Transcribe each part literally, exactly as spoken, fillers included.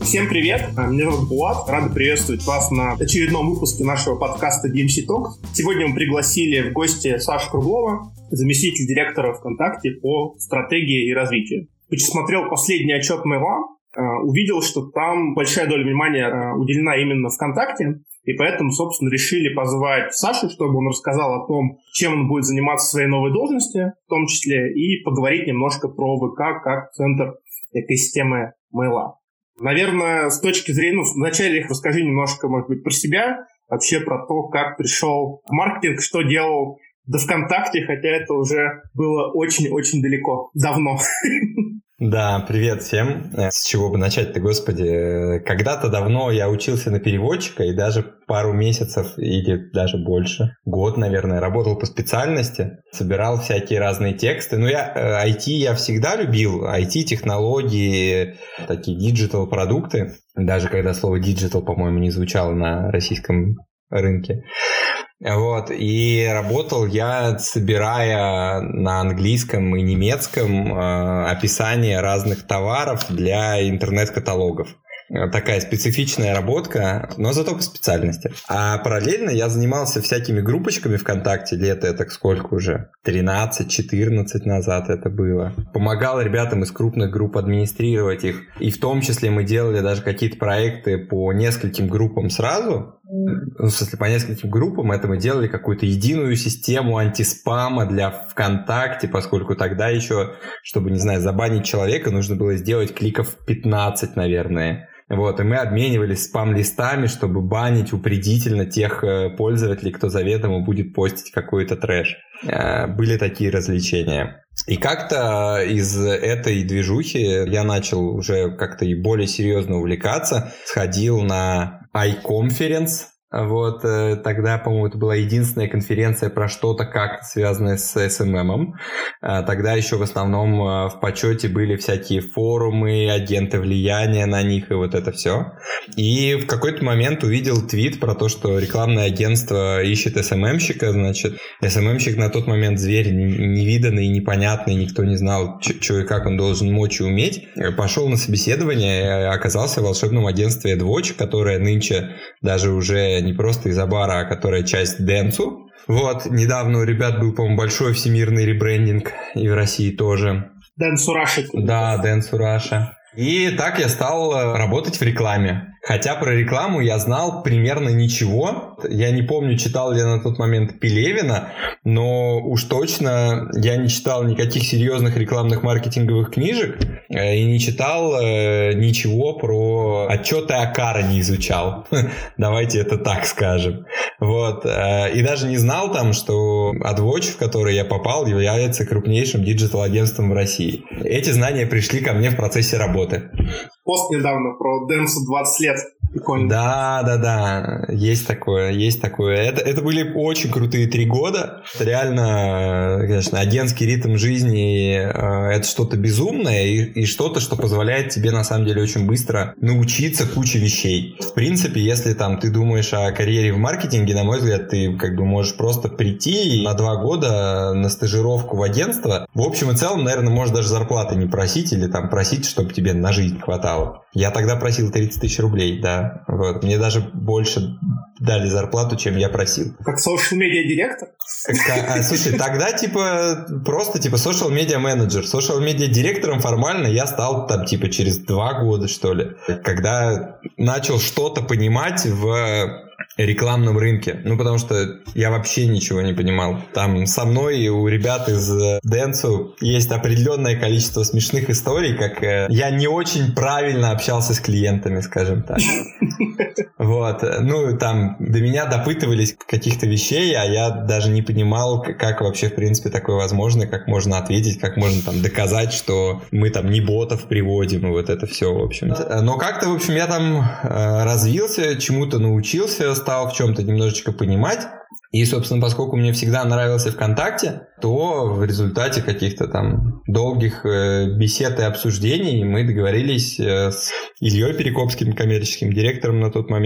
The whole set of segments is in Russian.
Всем привет, меня зовут Булат, рады приветствовать вас на очередном выпуске нашего подкаста ди эм си Talks. Сегодня мы пригласили в гости Сашу Круглова, заместитель директора ВКонтакте по стратегии и развитию. Посмотрел последний отчет Mail.ru, увидел, что там большая доля внимания уделена именно ВКонтакте, и поэтому, собственно, решили позвать Сашу, чтобы он рассказал о том, чем он будет заниматься в своей новой должности, в том числе, и поговорить немножко про ВК как центр экосистемы Mail.ru. Наверное, с точки зрения, ну, вначале расскажи немножко, может быть, про себя, вообще про то, как пришел в маркетинг, что делал до ВКонтакте, хотя это уже было очень-очень далеко, давно. Да, привет всем. С чего бы начать-то, господи. Когда-то давно я учился на переводчика и даже пару месяцев или даже больше, год, наверное, работал по специальности, собирал всякие разные тексты. Ну, я ай ти я всегда любил, ай ти-технологии, такие диджитал-продукты. Даже когда слово диджитал, по-моему, не звучало на российском рынке. Вот, и работал я, собирая на английском и немецком э, описание разных товаров для интернет-каталогов. Такая специфичная работа, но зато по специальности. А параллельно я занимался всякими группочками ВКонтакте, лет это сколько уже? тринадцать-четырнадцать назад это было. Помогал ребятам из крупных групп администрировать их. И в том числе мы делали даже какие-то проекты по нескольким группам сразу. Ну, в смысле, по нескольким группам. Это мы делали какую-то единую систему антиспама для ВКонтакте, поскольку тогда еще, чтобы, не знаю, забанить человека, нужно было сделать кликов пятнадцать, наверное. Вот, и мы обменивались спам-листами, чтобы банить упредительно тех пользователей, кто заведомо будет постить какой-то трэш. Были такие развлечения. И как-то из этой движухи я начал уже как-то и более серьезно увлекаться. Сходил на iConference. Вот, тогда, по-моему, это была единственная конференция про что-то как-то связанное с эс эм эм. Тогда еще в основном в почете были всякие форумы, агенты влияния на них и вот это все. И в какой-то момент увидел твит про то, что рекламное агентство ищет эс эм эм-щика. Значит, эс эм эм-щик на тот момент зверь невиданный, непонятный, никто не знал, что и как он должен мочь и уметь. Пошел на собеседование и оказался в волшебном агентстве AdWatch, которое нынче даже уже не просто Изобара, а которая часть Dentsu. Вот, недавно у ребят был, по-моему, большой всемирный ребрендинг, и в России тоже. Dentsu Russia. Да, Dentsu Russia. И так я стал работать в рекламе. Хотя про рекламу я знал примерно ничего. Я не помню, читал ли я на тот момент Пелевина, но уж точно я не читал никаких серьезных рекламных маркетинговых книжек и не читал э, ничего про отчеты Акара, не изучал. Давайте это так скажем. Вот. И даже не знал там, что AdWatch, в который я попал, является крупнейшим диджитал-агентством в России. Эти знания пришли ко мне в процессе работы. Пост недавно про Dentsu двадцать лет. Прикольно. Да, да, да, есть такое, есть такое. Это, это были очень крутые три года. Реально, конечно, агентский ритм жизни э, это что-то безумное и, и что-то, что позволяет тебе на самом деле очень быстро научиться куче вещей. В принципе, если там ты думаешь о карьере в маркетинге, на мой взгляд, ты как бы можешь просто прийти на два года на стажировку в агентство. В общем и целом, наверное, можешь даже зарплаты не просить или там просить, чтобы тебе на жизнь хватало. Я тогда просил тридцать тысяч рублей, да. Вот. Мне даже больше дали зарплату, чем я просил. Как social-media директор? А, слушай, тогда типа просто типа social media менеджер. Social media директором формально я стал там типа через два года, что ли. Когда начал что-то понимать в рекламном рынке. Ну, потому что я вообще ничего не понимал. Там со мной и у ребят из Dentsu есть определенное количество смешных историй, как я не очень правильно общался с клиентами, скажем так. Вот. Ну, там до меня допытывались каких-то вещей, а я даже не понимал, как вообще, в принципе, такое возможно, как можно ответить, как можно там доказать, что мы там не ботов приводим, и вот это все, в общем. Но как-то, в общем, я там развился, чему-то научился, стал в чем-то немножечко понимать. И, собственно, поскольку мне всегда нравился ВКонтакте, то в результате каких-то там долгих бесед и обсуждений мы договорились с Ильей Перекопским, коммерческим директором на тот момент,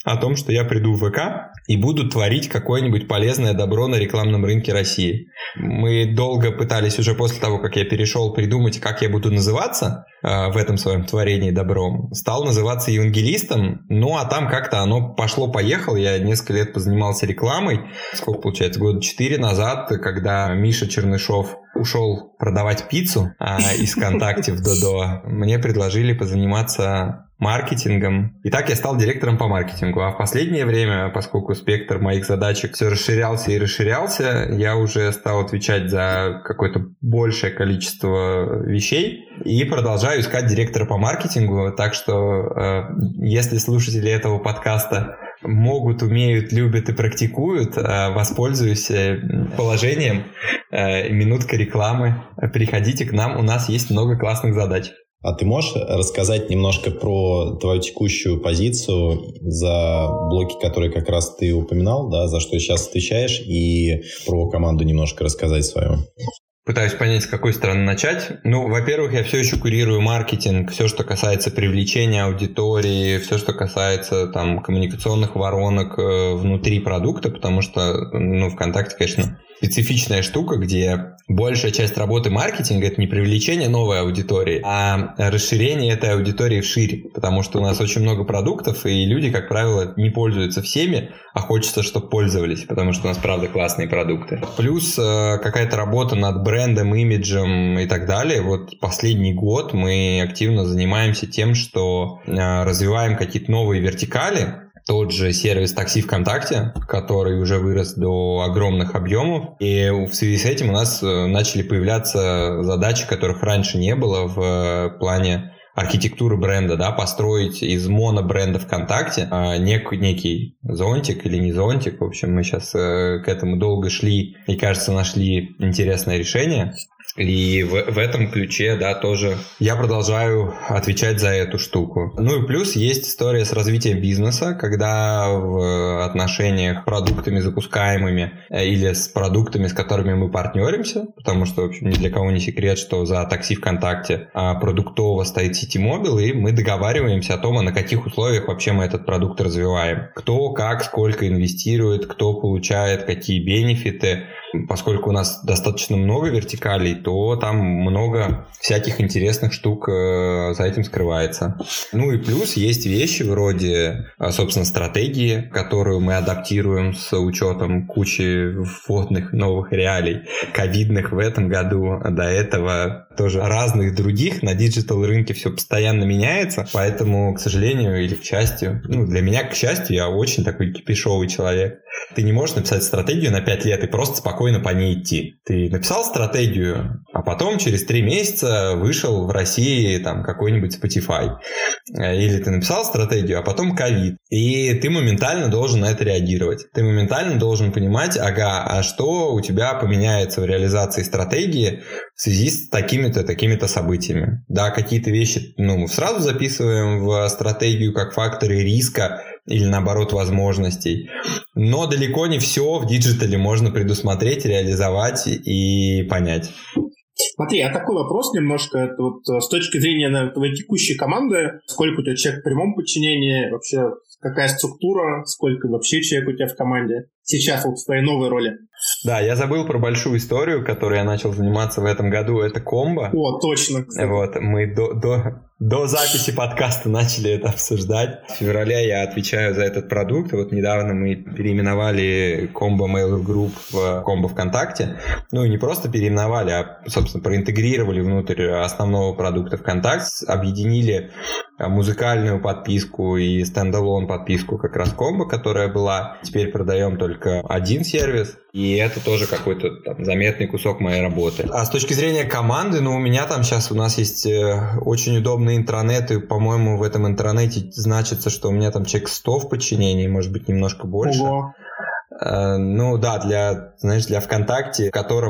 о том, что я приду в ВК и буду творить какое-нибудь полезное добро на рекламном рынке России. Мы долго пытались уже после того, как я перешел, придумать, как я буду называться э, в этом своем творении добром. Стал называться евангелистом, ну а там как-то оно пошло-поехало. Я несколько лет позанимался рекламой. Сколько получается? Года четыре назад, когда Миша Чернышов ушел продавать пиццу а, из ВКонтакте в Додо, мне предложили позаниматься маркетингом. И так я стал директором по маркетингу. А в последнее время, поскольку спектр моих задачек все расширялся и расширялся, я уже стал отвечать за какое-то большее количество вещей и продолжаю искать директора по маркетингу. Так что, э, если слушатели этого подкаста могут, умеют, любят и практикуют, э, воспользуюсь положением. Э, минутка рекламы. Приходите к нам, у нас есть много классных задач. А ты можешь рассказать немножко про твою текущую позицию за блоки, которые как раз ты упоминал, да, за что сейчас отвечаешь, и про команду немножко рассказать свою? Пытаюсь понять, с какой стороны начать. Ну, во-первых, я все еще курирую маркетинг, все, что касается привлечения аудитории, все, что касается там коммуникационных воронок э, внутри продукта, потому что, ну, ВКонтакте, конечно, специфичная штука, где большая часть работы маркетинга — это не привлечение новой аудитории, а расширение этой аудитории вширь, потому что у нас очень много продуктов, и люди, как правило, не пользуются всеми, а хочется, чтобы пользовались, потому что у нас, правда, классные продукты. Плюс э, какая-то работа над брендом, имиджем и так далее. Вот последний год мы активно занимаемся тем, что э, развиваем какие-то новые вертикали. Тот же сервис такси ВКонтакте, который уже вырос до огромных объемов. И в связи с этим у нас начали появляться задачи, которых раньше не было в плане архитектуры бренда, да, построить из монобренда ВКонтакте нек, некий зонтик или не зонтик. В общем, мы сейчас к этому долго шли и, кажется, нашли интересное решение. И в, в этом ключе, да, тоже я продолжаю отвечать за эту штуку. Ну и плюс есть история с развитием бизнеса, когда в отношениях с продуктами запускаемыми или с продуктами, с которыми мы партнеримся, потому что, в общем, ни для кого не секрет, что за такси ВКонтакте продуктово стоит Ситимобил, и мы договариваемся о том, а на каких условиях вообще мы этот продукт развиваем. Кто, как, сколько инвестирует, кто получает какие бенефиты. Поскольку у нас достаточно много вертикалей, то там много всяких интересных штук э, за этим скрывается. Ну и плюс есть вещи вроде, собственно, стратегии, которую мы адаптируем с учетом кучи вводных новых реалий, ковидных в этом году, до этого тоже разных других. На диджитал-рынке все постоянно меняется, поэтому, к сожалению или к счастью, ну для меня, к счастью, я очень такой кипишовый человек. Ты не можешь написать стратегию на пять лет и просто спокойно по ней идти. Ты написал стратегию, а потом через три месяца вышел в России там какой-нибудь Spotify. Или ты написал стратегию, а потом ковид. И ты моментально должен на это реагировать. Ты моментально должен понимать, ага, а что у тебя поменяется в реализации стратегии в связи с такими-то, такими-то событиями. Да, какие-то вещи, ну, мы сразу записываем в стратегию как факторы риска, или наоборот возможностей. Но далеко не все в диджитале можно предусмотреть, реализовать и понять. Смотри, а такой вопрос немножко, это вот с точки зрения твоей текущей команды, сколько у тебя человек в прямом подчинении, вообще какая структура, сколько вообще человек у тебя в команде сейчас вот в твоей новой роли? Да, я забыл про большую историю, которой я начал заниматься в этом году, это комбо. О, точно. Кстати. Вот, мы до, до, до записи подкаста начали это обсуждать. В феврале я отвечаю за этот продукт, вот недавно мы переименовали комбо Mail.ru Group в комбо ВКонтакте, ну и не просто переименовали, а, собственно, проинтегрировали внутрь основного продукта ВКонтакте, объединили музыкальную подписку и стендалон подписку как раз комбо, которая была. Теперь продаем только один сервис, и это тоже какой-то там заметный кусок моей работы. А с точки зрения команды, ну у меня там сейчас у нас есть очень удобный интранет, и, по-моему, в этом интранете значится, что у меня там человек сто в подчинении, может быть, немножко больше. Ого. Ну да, для, знаешь, для ВКонтакте, в котором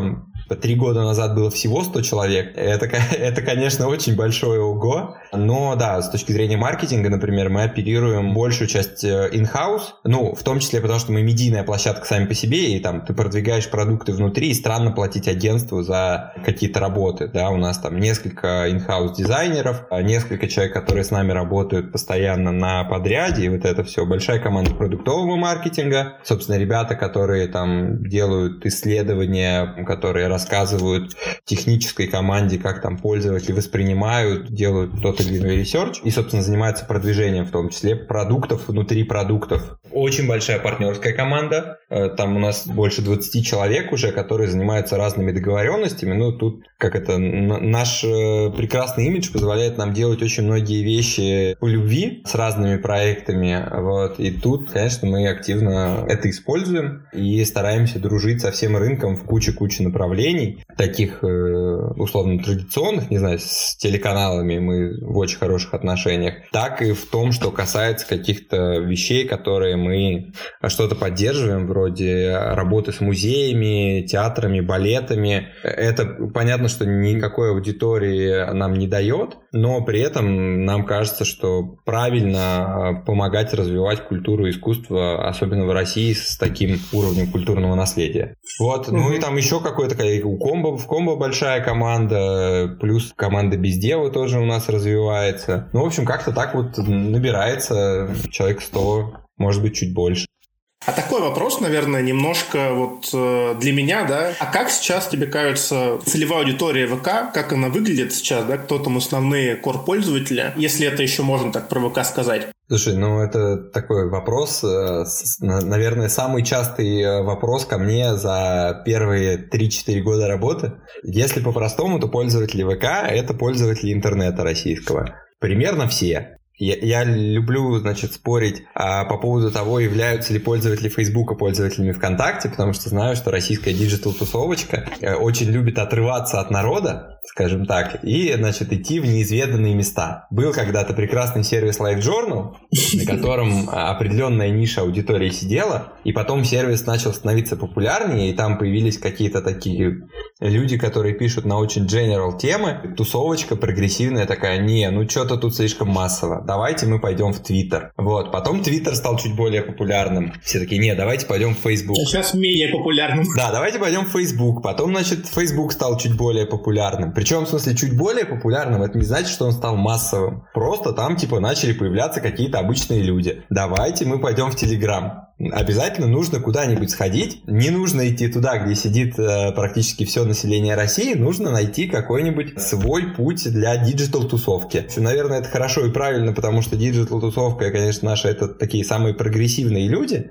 Три года назад было всего сто человек. Это, это, конечно, очень большое ого. Но да, с точки зрения маркетинга, например, мы оперируем большую часть in-house. Ну, в том числе потому, что мы медийная площадка сами по себе, и там ты продвигаешь продукты внутри, и странно платить агентству за какие-то работы. Да, у нас там несколько in-house дизайнеров, несколько человек, которые с нами работают постоянно на подряде, и вот это все. Большая команда продуктового маркетинга. Собственно, ребята, которые там делают исследования, которые рассказывают технической команде, как там пользователи воспринимают, делают тот или иной ресерч, и, собственно, занимаются продвижением, в том числе продуктов внутри продуктов. Очень большая партнерская команда. Там у нас больше двадцать человек уже, которые занимаются разными договоренностями. Ну, тут, как это, наш прекрасный имидж позволяет нам делать очень многие вещи по любви с разными проектами. Вот. И тут, конечно, мы активно это используем и стараемся дружить со всем рынком в куче-куче направлений, таких условно традиционных, не знаю, с телеканалами мы в очень хороших отношениях, так и в том, что касается каких-то вещей, которые мы что-то поддерживаем, вроде работы с музеями, театрами, балетами. Это понятно, что никакой аудитории нам не дает, но при этом нам кажется, что правильно помогать развивать культуру и искусство, особенно в России, с таким уровнем культурного наследия. Вот, mm-hmm. Ну и там еще какой-то, у Комбо, в Комбо большая команда, плюс команда Без Дела тоже у нас развивается. Ну, в общем, как-то так вот набирается человек сто, может быть, чуть больше. А такой вопрос, наверное, немножко вот э, для меня, да. А как сейчас тебе кажется целевая аудитория ВК, как она выглядит сейчас, да? Кто там основные кор-пользователи, если это еще можно так про ВК сказать? Слушай, ну это такой вопрос, наверное, самый частый вопрос ко мне за первые три-четыре года работы. Если по-простому, то пользователи ВК – это пользователи интернета российского. Примерно все. Я, я люблю, значит, спорить а, по поводу того, являются ли пользователи Фейсбука пользователями ВКонтакте, потому что знаю, что российская диджитал-тусовочка э, очень любит отрываться от народа, скажем так, и, значит, идти в неизведанные места. Был когда-то прекрасный сервис LiveJournal, на котором определенная ниша аудитории сидела, и потом сервис начал становиться популярнее, и там появились какие-то такие люди, которые пишут на очень general темы. Тусовочка прогрессивная такая: не, ну что-то тут слишком массово, давайте мы пойдем в Твиттер. Вот, потом Твиттер стал чуть более популярным. Все такие: не, давайте пойдем в Фейсбук. А сейчас менее популярным. Да, давайте пойдем в Фейсбук. Потом, значит, Фейсбук стал чуть более популярным. Причем, в смысле, чуть более популярным, это не значит, что он стал массовым. Просто там, типа, начали появляться какие-то обычные люди. Давайте мы пойдем в Телеграм. Обязательно нужно куда-нибудь сходить. Не нужно идти туда, где сидит э, практически все население России. Нужно найти какой-нибудь свой путь для диджитал-тусовки. Наверное, это хорошо и правильно, потому что диджитал-тусовка, конечно, наши это такие самые прогрессивные люди.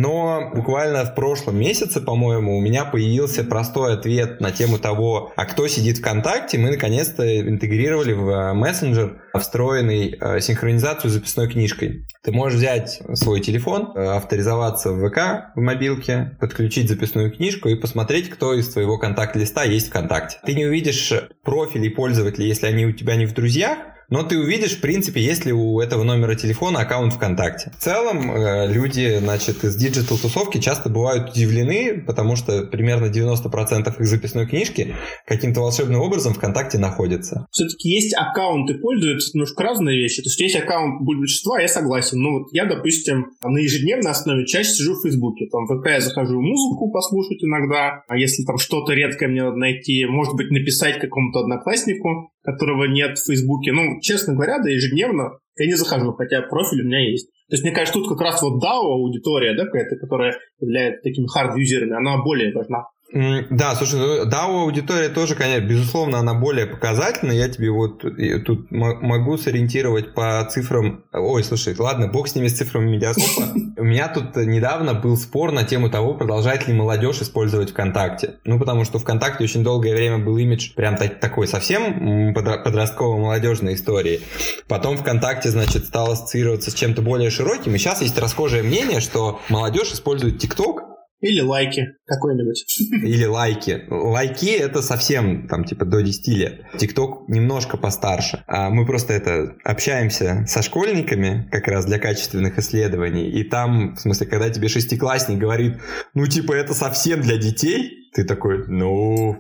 Но буквально в прошлом месяце, по-моему, у меня появился простой ответ на тему того, а кто сидит ВКонтакте. Мы наконец-то интегрировали в мессенджер встроенный э, синхронизацию с записной книжкой. Ты можешь взять свой телефон, э, авторизоваться в ВК в мобилке, подключить записную книжку и посмотреть, кто из твоего контакт-листа есть ВКонтакте. Ты не увидишь профили пользователей, если они у тебя не в друзьях, но ты увидишь, в принципе, есть ли у этого номера телефона аккаунт ВКонтакте. В целом, э, люди, значит, из диджитал-тусовки часто бывают удивлены, потому что примерно девяносто процентов их записной книжки каким-то волшебным образом ВКонтакте находятся. Все-таки есть аккаунты, пользуются немножко разные вещи. То есть есть аккаунт большинства, я согласен. Ну вот я, допустим, на ежедневной основе чаще сижу в Фейсбуке. Там в ВК я захожу музыку послушать иногда, а если там что-то редкое мне надо найти, может быть, написать какому-то однокласснику, которого нет в Фейсбуке. Ну, честно говоря, да, ежедневно я не захожу, хотя профиль у меня есть. То есть, мне кажется, тут как раз вот дао-аудитория, да, какая-то, которая является такими хард-юзерами, она более важна. Да, слушай, дао-аудитория тоже, конечно, безусловно, она более показательна. Я тебе вот тут могу сориентировать по цифрам. Ой, слушай, ладно, бог с ними, с цифрами Медиаскопа. У меня тут недавно был спор на тему того, продолжает ли молодежь использовать ВКонтакте. Ну, потому что ВКонтакте очень долгое время был имидж прям такой совсем подростково-молодежной истории. Потом ВКонтакте, значит, стал ассоциироваться с чем-то более широким. И сейчас есть расхожее мнение, что молодежь использует ТикТок. Или лайки какой-нибудь. Или лайки. Лайки — это совсем, там, типа, до десяти лет. ТикТок немножко постарше. А мы просто это общаемся со школьниками как раз для качественных исследований. И там, в смысле, когда тебе шестиклассник говорит, ну, типа, это совсем для детей, Ты такой, ну...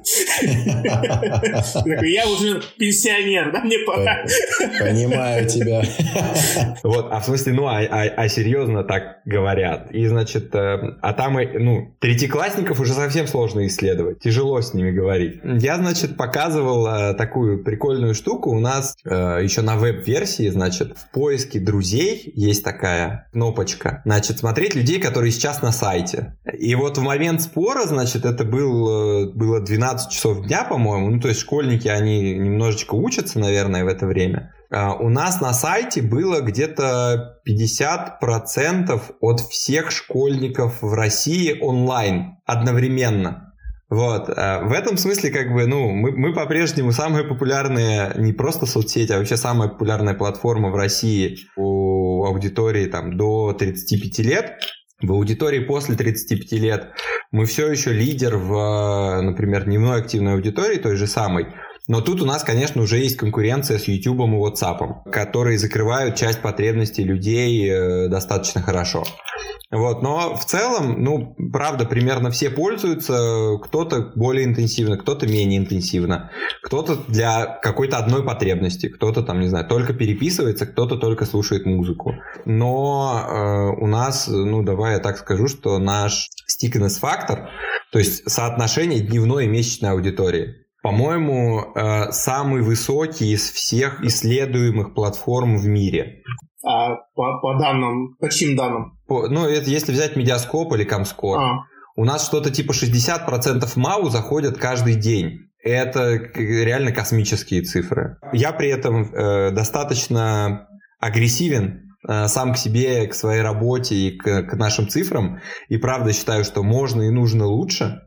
Я уже пенсионер, да, мне пора. Понимаю тебя. Вот, а в смысле, ну, а, а, а серьезно так говорят. И, значит, а там, ну, третьеклассников уже совсем сложно исследовать. Тяжело с ними говорить. Я, значит, показывал такую прикольную штуку. У нас еще на веб-версии, значит, в поиске друзей есть такая кнопочка. Значит, смотреть людей, которые сейчас на сайте. И вот в момент спора, значит, это был было двенадцать часов дня, по-моему. Ну, то есть школьники, они немножечко учатся, наверное, в это время. А у нас на сайте было где-то пятьдесят процентов от всех школьников в России онлайн одновременно. Вот. В этом смысле, как бы, ну, мы, мы по-прежнему самые популярные, не просто соцсети, а вообще самая популярная платформа в России у аудитории там до тридцати пяти лет. В аудитории после тридцати пяти лет мы все еще лидер в, например, дневной активной аудитории, той же самой. Но тут у нас, конечно, уже есть конкуренция с YouTube и WhatsApp, которые закрывают часть потребностей людей достаточно хорошо. Вот, но в целом, ну, правда, примерно все пользуются, кто-то более интенсивно, кто-то менее интенсивно, кто-то для какой-то одной потребности, кто-то там, не знаю, только переписывается, кто-то только слушает музыку. Но э, у нас, ну, давай я так скажу, что наш stickiness фактор, то есть соотношение дневной и месячной аудитории, по-моему, э, самый высокий из всех исследуемых платформ в мире. А по, по данным, по чьим данным? По, ну, это если взять Медиаскоп или Комскор. А. У нас что-то типа шестьдесят процентов МАУ заходят каждый день. Это реально космические цифры. Я при этом э, достаточно агрессивен э, сам к себе, к своей работе и к, к нашим цифрам. И правда считаю, что можно и нужно лучше.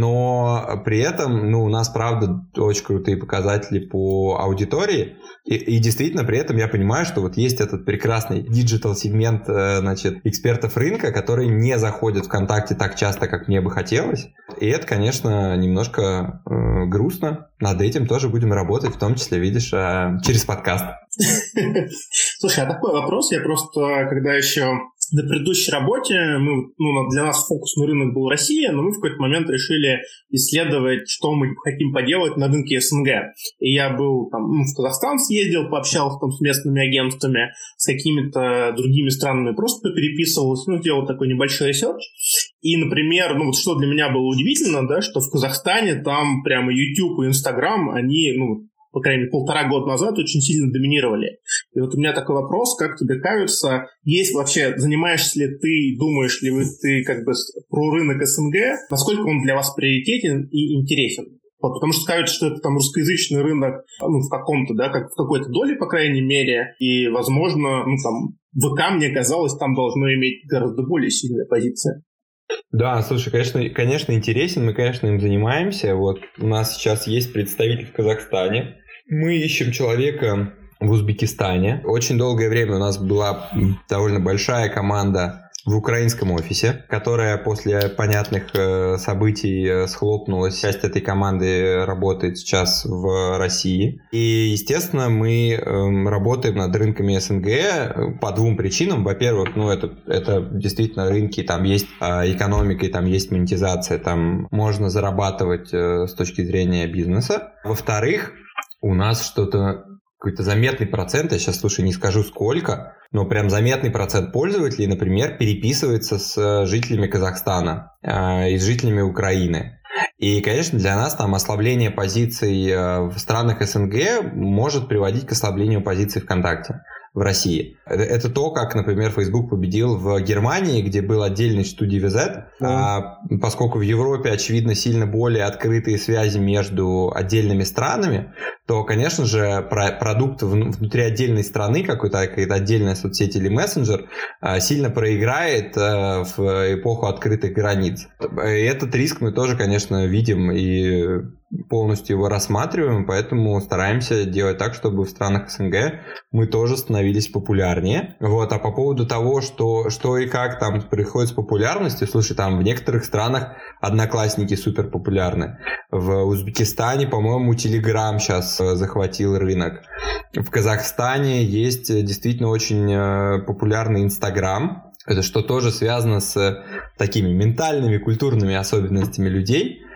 Но при этом, ну, у нас, правда, очень крутые показатели по аудитории. И, и действительно, при этом я понимаю, что вот есть этот прекрасный диджитал-сегмент, значит, экспертов рынка, которые не заходят в ВКонтакте так часто, как мне бы хотелось. И это, конечно, немножко э, грустно. Над этим тоже будем работать, в том числе, видишь, э, через подкаст. Слушай, а такой вопрос. Я просто, когда еще... На предыдущей работе мы, ну, для нас фокусный рынок был Россия, но мы в какой-то момент решили исследовать, что мы хотим поделать на рынке СНГ. И я был там, ну, в Казахстан съездил, пообщался там с местными агентствами, с какими-то другими странами, просто переписывался, ну, делал такой небольшой ресерч. И, например, ну, вот что для меня было удивительно, да, что в Казахстане там прямо YouTube и Instagram, они, ну, по крайней мере, полтора года назад очень сильно доминировали. И вот у меня такой вопрос, как тебе кажется, есть вообще, занимаешься ли ты, думаешь ли вы ты как бы про рынок СНГ, насколько он для вас приоритетен и интересен? Вот, потому что кажется, что это там русскоязычный рынок, ну, в каком-то, да, как в какой-то доле, по крайней мере, и, возможно, ну, там, ВК, мне казалось, там должно иметь гораздо более сильная позиция. Да, слушай, конечно, конечно, интересен, мы, конечно, им занимаемся. Вот у нас сейчас есть представитель в Казахстане. Мы ищем человека в Узбекистане. Очень долгое время у нас была довольно большая команда в украинском офисе, которая после понятных э, событий э, схлопнулась. Часть этой команды работает сейчас в России. И, естественно, мы э, работаем над рынками СНГ по двум причинам. Во-первых, ну, это, это действительно рынки, там есть э, экономика, и там есть монетизация, там можно зарабатывать э, с точки зрения бизнеса. Во-вторых, у нас что-то, какой-то заметный процент, я сейчас, слушай, не скажу сколько, но прям заметный процент пользователей, например, переписывается с жителями Казахстана э, и с жителями Украины. И, конечно, для нас там ослабление позиций в странах СНГ может приводить к ослаблению позиций ВКонтакте в России. Это то, как, например, Facebook победил в Германии, где был отдельный StudiVZ, mm. а, поскольку в Европе, очевидно, сильно более открытые связи между отдельными странами, то, конечно же, про- продукт внутри отдельной страны, какой-то, какая-то отдельная соцсеть или мессенджер, а, сильно проиграет а, в эпоху открытых границ. И этот риск мы тоже, конечно, видим и полностью его рассматриваем, поэтому стараемся делать так, чтобы в странах СНГ мы тоже становились популярнее. Вот. А по поводу того, что, что и как там происходит с популярностью, слушай, там в некоторых странах одноклассники супер популярны. В Узбекистане, по-моему, Telegram сейчас захватил рынок. В Казахстане есть действительно очень популярный Инстаграм. Это что тоже связано с такими ментальными, культурными особенностями людей.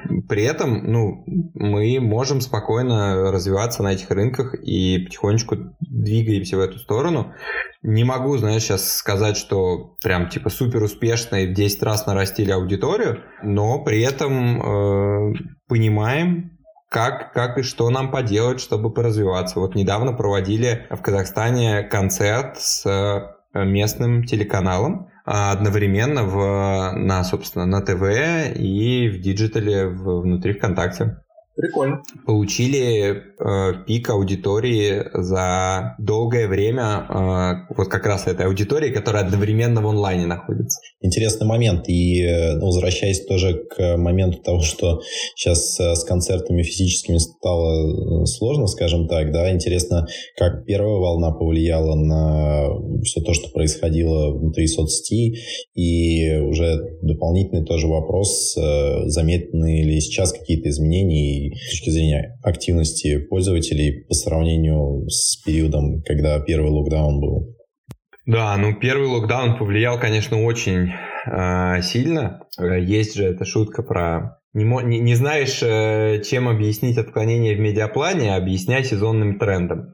При этом, ну, мы можем спокойно развиваться на этих рынках и потихонечку двигаемся в эту сторону. Не могу, знаешь, сейчас сказать, что прям типа супер успешно и в десять раз нарастили аудиторию, но при этом э, понимаем, как, как и что нам поделать, чтобы поразвиваться. Вот недавно проводили в Казахстане концерт с местным телеканалом, одновременно в, на, собственно, на ТВ и в диджитале в, внутри ВКонтакте. Прикольно. Получили э, пик аудитории за долгое время, э, вот как раз этой аудитории, которая одновременно в онлайне находится. Интересный момент. И ну, возвращаясь тоже к моменту того, что сейчас с концертами физическими стало сложно, скажем так, да, интересно, как первая волна повлияла на все то, что происходило внутри соцсетей, и уже дополнительный тоже вопрос, заметны ли сейчас какие-то изменения с точки зрения активности пользователей по сравнению с периодом, когда первый локдаун был? Да, ну первый локдаун повлиял, конечно, очень э, сильно. Есть же эта шутка про... Не, не, не знаешь, э, чем объяснить отклонение в медиаплане, а объясняй сезонным трендом.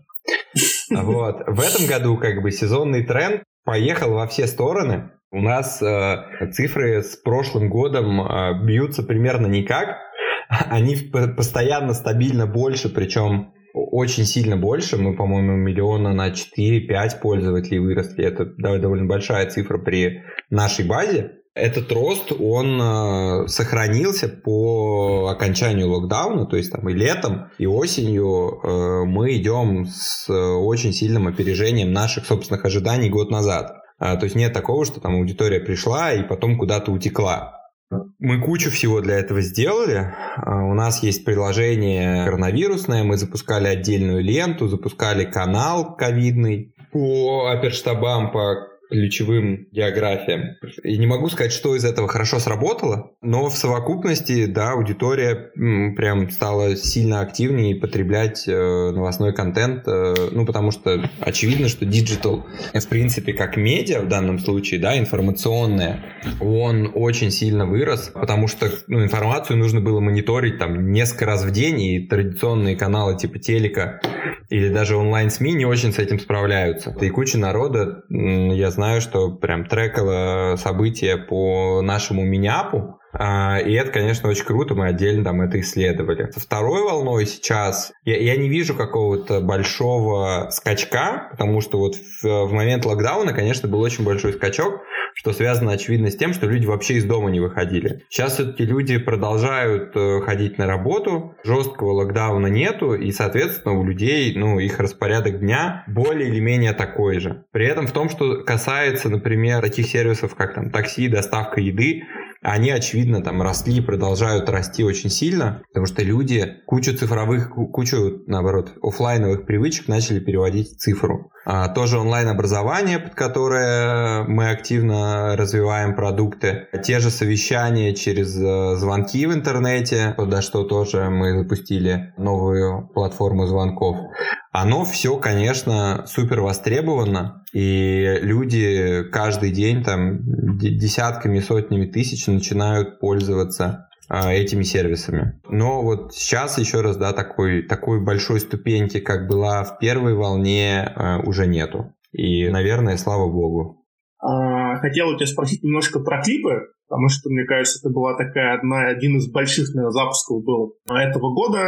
Вот. В этом году как бы сезонный тренд поехал во все стороны. У нас э, цифры с прошлым годом э, бьются примерно никак. Они постоянно стабильно больше, причем очень сильно больше. Мы, по-моему, миллиона на четыре-пять пользователей выросли. Это довольно большая цифра при нашей базе. Этот рост, он э, сохранился по окончанию локдауна, то есть там и летом, и осенью э, мы идем с очень сильным опережением наших собственных ожиданий год назад. А, то есть нет такого, что там аудитория пришла и потом куда-то утекла. Мы кучу всего для этого сделали. У нас есть приложение коронавирусное, мы запускали отдельную ленту, запускали канал ковидный по оперштабам, по ключевым географиям. И не могу сказать, что из этого хорошо сработало, но в совокупности, да, аудитория м, прям стала сильно активнее потреблять э, новостной контент, э, ну, потому что очевидно, что диджитал, в принципе, как медиа в данном случае, да, информационное, он очень сильно вырос, потому что, ну, информацию нужно было мониторить там несколько раз в день, и традиционные каналы типа телека или даже онлайн-СМИ не очень с этим справляются. И куча народа, я знаю, что прям трекало события по нашему Миниапу, и это, конечно, очень круто, мы отдельно там это исследовали. Со второй волной сейчас я, я не вижу какого-то большого скачка, потому что вот в, в момент локдауна, конечно, был очень большой скачок, что связано, очевидно, с тем, что люди вообще из дома не выходили. Сейчас все-таки люди продолжают ходить на работу, жесткого локдауна нету, и, соответственно, у людей, ну, их распорядок дня более или менее такой же. При этом в том, что касается, например, таких сервисов, как там такси, доставка еды, они, очевидно, там росли и продолжают расти очень сильно, потому что люди кучу цифровых, кучу, наоборот, офлайновых привычек начали переводить в цифру. А, тоже онлайн-образование, под которое мы активно развиваем продукты. Те же совещания через звонки в интернете, за что тоже мы запустили новую платформу звонков. Оно все, конечно, супер востребовано, и люди каждый день там десятками, сотнями тысяч начинают пользоваться а, этими сервисами. Но вот сейчас еще раз, да, такой, такой большой ступеньки, как была в первой волне, а, уже нету. И, наверное, слава богу. А, хотел у тебя спросить немножко про клипы, потому что, мне кажется, это была такая одна, один из больших, наверное, запусков был этого года.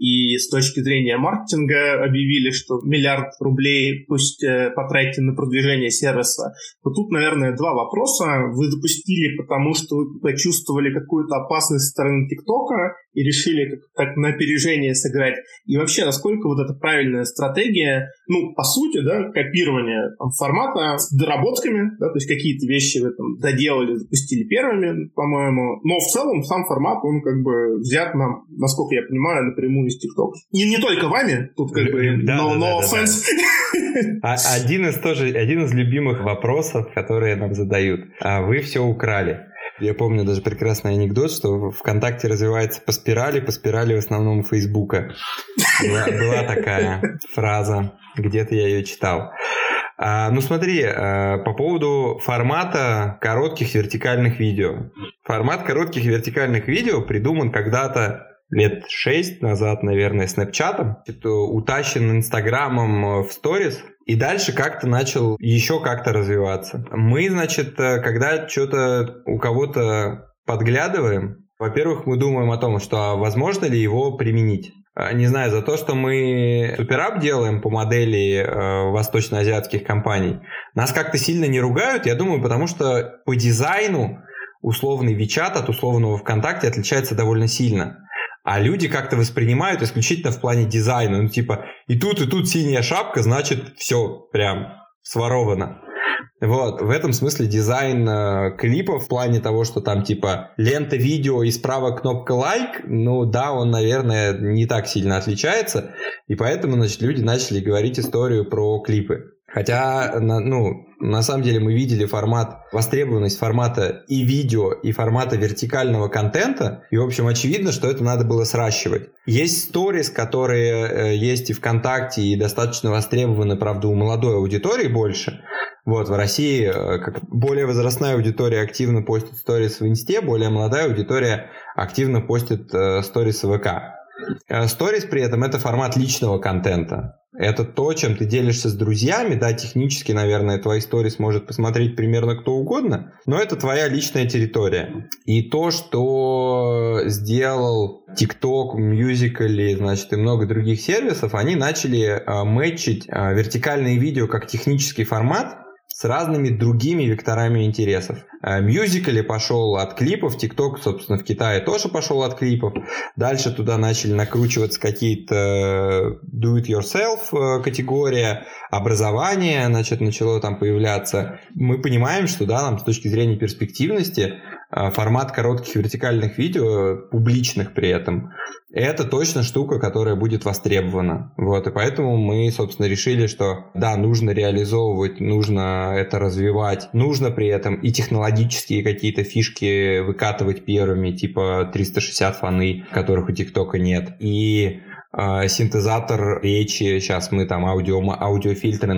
И с точки зрения маркетинга объявили, что миллиард рублей пусть э, потратите на продвижение сервиса. Но тут, наверное, два вопроса. Вы запустили, потому что вы почувствовали какую-то опасность со стороны ТикТока и решили как, как на опережение сыграть. И вообще, насколько вот эта правильная стратегия, ну, по сути, да, копирование там, формата с доработками, да, то есть какие-то вещи вы там доделали, запустили первыми, по-моему. Но в целом сам формат, он как бы взят нам, насколько я понимаю, напрямую из ТикТока. И не только вами, тут как бы да, no, да, no да, offense. Да, да. Один из тоже, один из любимых вопросов, которые нам задают. А вы все украли. Я помню даже прекрасный анекдот, что ВКонтакте развивается по спирали, по спирали в основном Фейсбука. Была, была такая фраза, где-то я ее читал. А, ну смотри, а, по поводу формата коротких вертикальных видео. Формат коротких вертикальных видео придуман когда-то лет шесть назад, наверное, Снэпчатом. Это утащен Инстаграмом в сторис. И дальше как-то начал еще как-то развиваться. Мы, значит, когда что-то у кого-то подглядываем, во-первых, мы думаем о том, что а возможно ли его применить. Не знаю, за то, что мы суперап делаем по модели э, восточноазиатских компаний, нас как-то сильно не ругают, я думаю, потому что по дизайну условный Вичат от условного ВКонтакте отличается довольно сильно. А люди как-то воспринимают исключительно в плане дизайна. Ну, типа, и тут, и тут синяя шапка, значит, все прям своровано. Вот, в этом смысле дизайн э, клипов в плане того, что там типа лента видео и справа кнопка лайк, ну да, он, наверное, не так сильно отличается, и поэтому, значит, люди начали говорить историю про клипы. Хотя, на, ну, на самом деле мы видели формат, востребованность формата и видео, и формата вертикального контента, и, в общем, очевидно, что это надо было сращивать. Есть сторис, которые э, есть и ВКонтакте, и достаточно востребованы, правда, у молодой аудитории больше. Вот, в России э, как более возрастная аудитория активно постит сторис в Инсте, более молодая аудитория активно постит э, сторис в ВК. Сторис при этом это формат личного контента. Это то, чем ты делишься с друзьями. Да, технически, наверное, твои сторис может посмотреть примерно кто угодно, но это твоя личная территория. И то, что сделал TikTok, Musical.ly, значит, и много других сервисов, они начали а, мэтчить а, вертикальные видео как технический формат с разными другими векторами интересов. Musical.ly пошел от клипов, TikTok, собственно, в Китае тоже пошел от клипов. Дальше туда начали накручиваться какие-то do-it-yourself категория, образование, значит, начало там появляться. Мы понимаем, что, да, нам с точки зрения перспективности формат коротких вертикальных видео, публичных при этом, это точно штука, которая будет востребована. Вот, и поэтому мы, собственно, решили, что да, нужно реализовывать, нужно это развивать, нужно при этом и технологические какие-то фишки выкатывать первыми, типа триста шестьдесят фаны, которых у ТикТока нет, и э, синтезатор речи, сейчас мы там аудио, аудиофильтры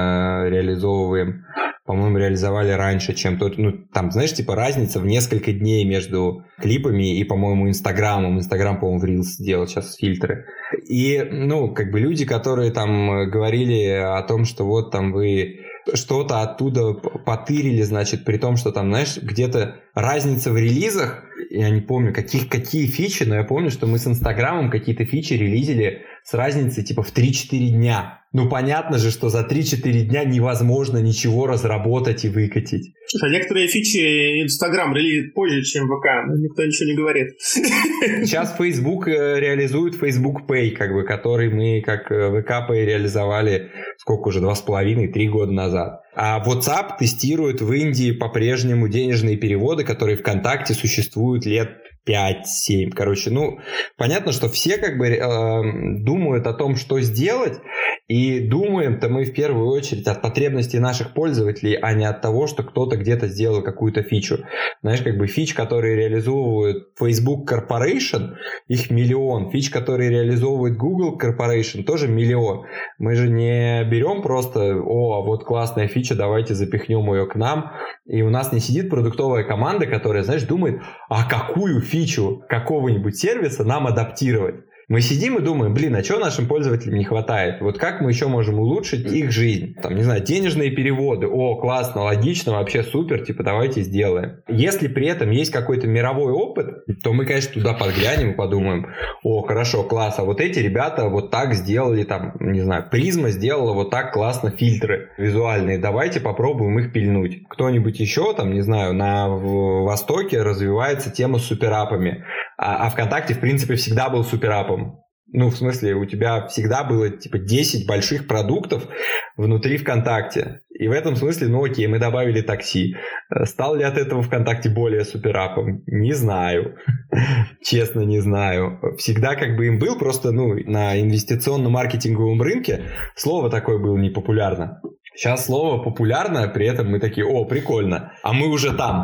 э, реализовываем. По-моему, реализовали раньше, чем тот... Ну, там, знаешь, типа разница в несколько дней между клипами и, по-моему, Инстаграмом. Инстаграм, по-моему, в Reels делал сейчас фильтры. И, ну, как бы люди, которые там говорили о том, что вот там вы что-то оттуда потырили, значит, при том, что там, знаешь, где-то разница в релизах, я не помню, каких, какие фичи, но я помню, что мы с Инстаграмом какие-то фичи релизили с разницей типа в три-четыре дня. Ну, понятно же, что за три-четыре дня невозможно ничего разработать и выкатить. А некоторые фичи Инстаграм релизит позже, чем ВК, но никто ничего не говорит. Сейчас Facebook реализует Facebook Pay, как бы, который мы как ВК Pay реализовали сколько уже, два с половиной, три года назад. А WhatsApp тестирует в Индии по-прежнему денежные переводы, которые ВКонтакте существуют лет пять-семь. Короче, ну, понятно, что все как бы э, думают о том, что сделать, и думаем-то мы в первую очередь от потребностей наших пользователей, а не от того, что кто-то где-то сделал какую-то фичу. Знаешь, как бы фич, которые реализовывают Facebook Corporation, их миллион. Фич, которые реализовывает Google Corporation, тоже миллион. Мы же не берем просто, о, вот классная фича, давайте запихнем ее к нам, и у нас не сидит продуктовая команда, которая, знаешь, думает, а какую фичу какого-нибудь сервиса нам адаптировать. Мы сидим и думаем, блин, а чего нашим пользователям не хватает? Вот как мы еще можем улучшить их жизнь? Там, не знаю, денежные переводы. О, классно, логично, вообще супер, типа давайте сделаем. Если при этом есть какой-то мировой опыт, то мы, конечно, туда подглянем и подумаем, о, хорошо, класс, а вот эти ребята вот так сделали, там, не знаю, Призма сделала вот так классно фильтры визуальные, давайте попробуем их пильнуть. Кто-нибудь еще, там, не знаю, на Востоке развивается тема с суперапами. А, а ВКонтакте, в принципе, всегда был суперапом. Ну, в смысле, у тебя всегда было, типа, десять больших продуктов внутри ВКонтакте. И в этом смысле, ну, окей, мы добавили такси. Стал ли от этого ВКонтакте более суперапом? Не знаю. Честно, не знаю. Всегда как бы им был, просто, ну, на инвестиционно-маркетинговом рынке слово такое было непопулярно. Сейчас слово популярно, при этом мы такие, о, прикольно, а мы уже там.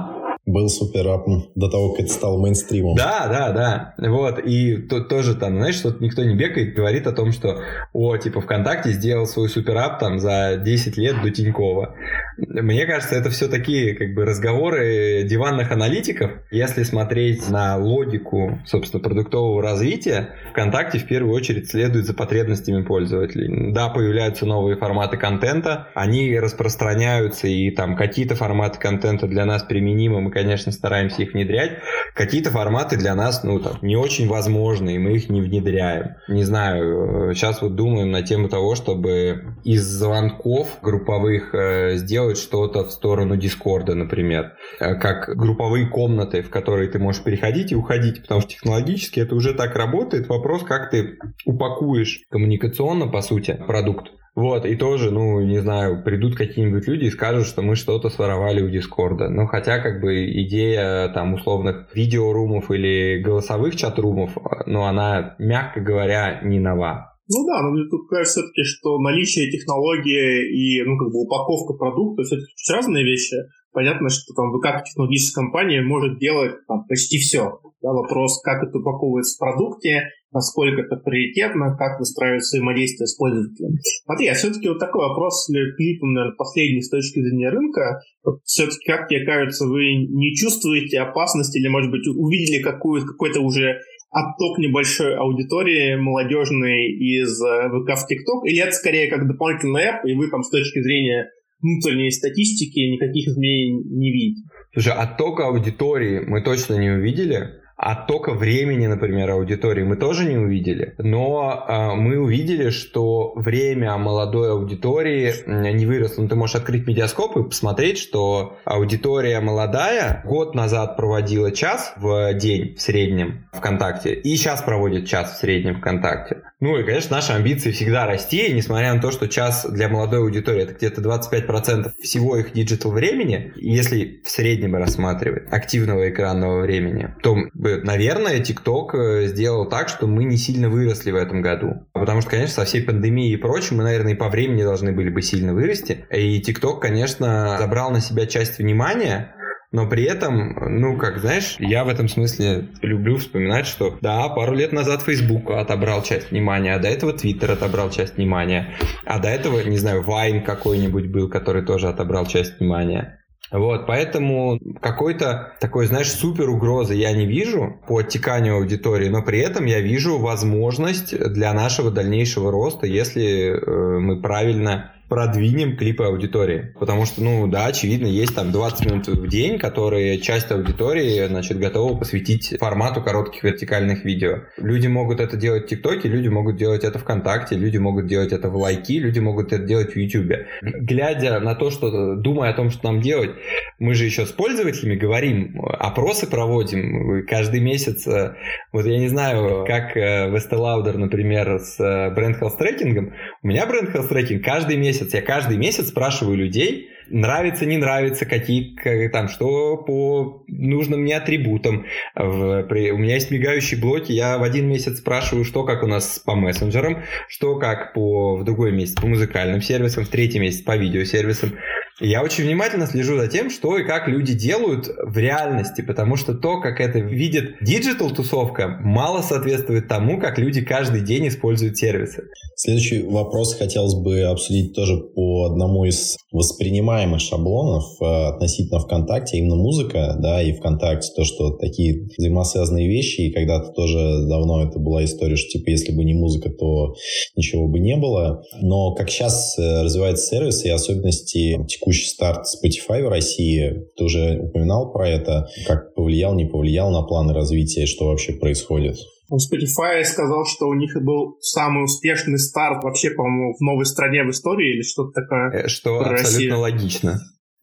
Был суперапом до того, как это стало мейнстримом. Да, да, да. Вот. И то, тоже там, знаешь, что никто не бегает, говорит о том, что о, типа, ВКонтакте сделал свой суперап там за десять лет до Тинькова. Мне кажется, это все такие, как бы, разговоры диванных аналитиков. Если смотреть на логику, собственно, продуктового развития, ВКонтакте в первую очередь следует за потребностями пользователей. Да, появляются новые форматы контента, они распространяются, и там какие-то форматы контента для нас применимы, мы, конечно, стараемся их внедрять. Какие-то форматы для нас, ну, там, не очень возможны, и мы их не внедряем. Не знаю, сейчас вот думаем на тему того, чтобы из звонков групповых э, сделать что-то в сторону Дискорда, например. Э, как групповые комнаты, в которые ты можешь переходить и уходить, потому что технологически это уже так работает. Вопрос, как ты упакуешь коммуникационно, по сути, продукт. Вот, и тоже, ну, не знаю, придут какие-нибудь люди и скажут, что мы что-то своровали у Дискорда. Ну, хотя, как бы, идея, там, условных видеорумов или голосовых чат-румов, ну, она, мягко говоря, не нова. Ну да, но мне тут кажется все-таки, что наличие технологии и, ну, как бы, упаковка продукта все-таки чуть разные вещи. Понятно, что там ВК как технологическая компания может делать там почти все. Да, вопрос, как это упаковывается в продукте, насколько это приоритетно, как выстраивать взаимодействие с пользователем. Смотри, а все-таки вот такой вопрос для Клипа, наверное, последний с точки зрения рынка. Вот все-таки, как тебе кажется, вы не чувствуете опасности или, может быть, увидели какую, какой-то уже отток небольшой аудитории молодежной из ВК в ТикТок? Или это скорее как дополнительный эп, и вы там с точки зрения внутренней статистики никаких изменений не видите? Слушай, оттока аудитории мы точно не увидели. Оттока времени, например, аудитории мы тоже не увидели, но э, мы увидели, что время молодой аудитории не выросло. Ну, ты можешь открыть медиаскоп и посмотреть, что аудитория молодая год назад проводила час в день в среднем ВКонтакте, и сейчас проводит час в среднем ВКонтакте. Ну и, конечно, наши амбиции всегда расти, несмотря на то, что час для молодой аудитории это где-то двадцать пять процентов всего их диджитал времени, если в среднем рассматривать активного экранного времени, то, наверное, TikTok сделал так, что мы не сильно выросли в этом году. Потому что, конечно, со всей пандемией и прочим мы, наверное, и по времени должны были бы сильно вырасти. И TikTok, конечно, забрал на себя часть внимания, но при этом, ну, как, знаешь, я в этом смысле люблю вспоминать, что, да, пару лет назад Facebook отобрал часть внимания, а до этого Twitter отобрал часть внимания, а до этого, не знаю, Vine какой-нибудь был, который тоже отобрал часть внимания. Вот, поэтому какой-то такой, знаешь, супер угрозы я не вижу по оттеканию аудитории, но при этом я вижу возможность для нашего дальнейшего роста, если э, мы правильно продвинем клипы аудитории. Потому что, ну да, очевидно, есть там двадцать минут в день, которые часть аудитории, значит, готова посвятить формату коротких вертикальных видео. Люди могут это делать в ТикТоке, люди могут делать это ВКонтакте, люди могут делать это в Лайки, люди могут это делать в Ютубе. Глядя на то, что, думая о том, что нам делать, мы же еще с пользователями говорим, опросы проводим каждый месяц. Вот я не знаю, как в Estee Lauder, например, с Brand Health Tracking. У меня Brand Health Tracking каждый месяц. Я каждый месяц спрашиваю людей, нравится, не нравится, какие там, что по нужным мне атрибутам. В, при, у меня есть мигающие блоки, я в один месяц спрашиваю, что как у нас по мессенджерам, что как по, в другой месяц по музыкальным сервисам, в третий месяц по видеосервисам. И я очень внимательно слежу за тем, что и как люди делают в реальности, потому что то, как это видит диджитал-тусовка, мало соответствует тому, как люди каждый день используют сервисы. Следующий вопрос хотелось бы обсудить тоже по одному из воспринимаемых шаблонов относительно ВКонтакте, именно музыка, да, и ВКонтакте, то, что такие взаимосвязанные вещи, и когда-то тоже давно это была история, что типа если бы не музыка, то ничего бы не было. Но как сейчас развиваются сервисы и особенности текущий старт Spotify в России, ты уже упоминал про это, как повлиял, не повлиял на планы развития, что вообще происходит? Spotify сказал, что у них был самый успешный старт вообще, по-моему, в новой стране в истории или что-то такое. Что абсолютно логично.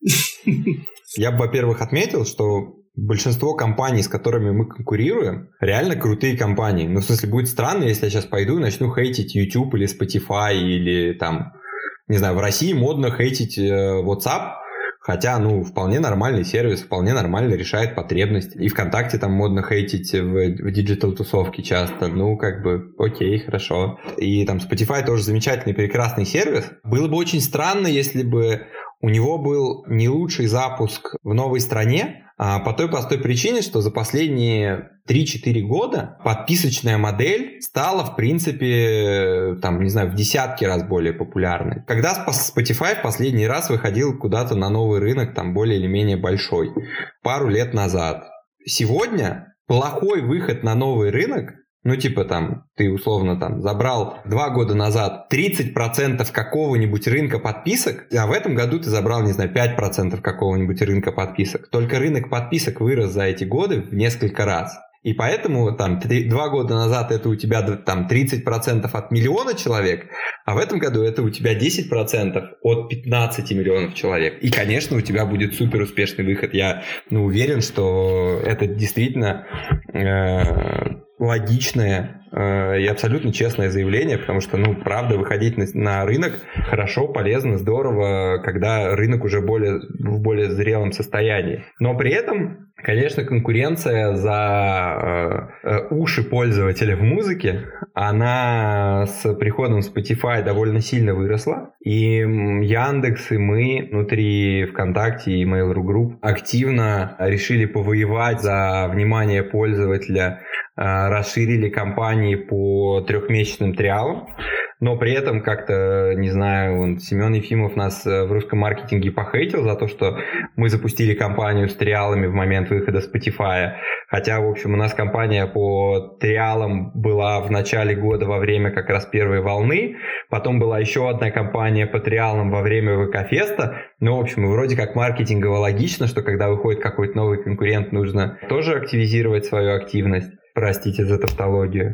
Я бы, во-первых, отметил, что большинство компаний, с которыми мы конкурируем, реально крутые компании. Ну, в смысле, будет странно, если я сейчас пойду и начну хейтить YouTube или Spotify или там, не знаю, в России модно хейтить WhatsApp, хотя, ну, вполне нормальный сервис, вполне нормально решает потребность. И ВКонтакте там модно хейтить в, в диджитал-тусовке часто. Ну, как бы, окей, хорошо. И там Spotify тоже замечательный, прекрасный сервис. Было бы очень странно, если бы у него был не лучший запуск в новой стране, А по той простой причине, что за последние три-четыре года подписочная модель стала, в принципе, там, не знаю, в десятки раз более популярной. Когда Spotify в последний раз выходил куда-то на новый рынок, там, более или менее большой, пару лет назад. Сегодня плохой выход на новый рынок, ну, типа там, ты условно там забрал два года назад тридцать процентов какого-нибудь рынка подписок, а в этом году ты забрал, не знаю, пять процентов какого-нибудь рынка подписок. Только рынок подписок вырос за эти годы в несколько раз. И поэтому там три, два года назад это у тебя там тридцать процентов от миллиона человек, а в этом году это у тебя десять процентов от пятнадцати миллионов человек. И, конечно, у тебя будет супер успешный выход. Я ну, уверен, что это действительно э, логичное э, и абсолютно честное заявление, потому что, ну, правда, выходить на, на рынок хорошо, полезно, здорово, когда рынок уже более, в более зрелом состоянии. Но при этом, конечно, конкуренция за э, э, уши пользователя в музыке, она с приходом Spotify довольно сильно выросла. И Яндекс, и мы внутри ВКонтакте и Mail.ru Group активно решили повоевать за внимание пользователя, э, расширили кампании по трехмесячным триалам. Но при этом как-то, не знаю, он, Семен Ефимов нас в русском маркетинге похейтил за то, что мы запустили кампанию с триалами в момент выхода Spotify. Хотя, в общем, у нас кампания по триалам была в начале года во время как раз первой волны. Потом была еще одна кампания по триалам во время ВК-феста. Ну, в общем, вроде как маркетингово логично, что когда выходит какой-то новый конкурент, нужно тоже активизировать свою активность. Простите за тавтологию.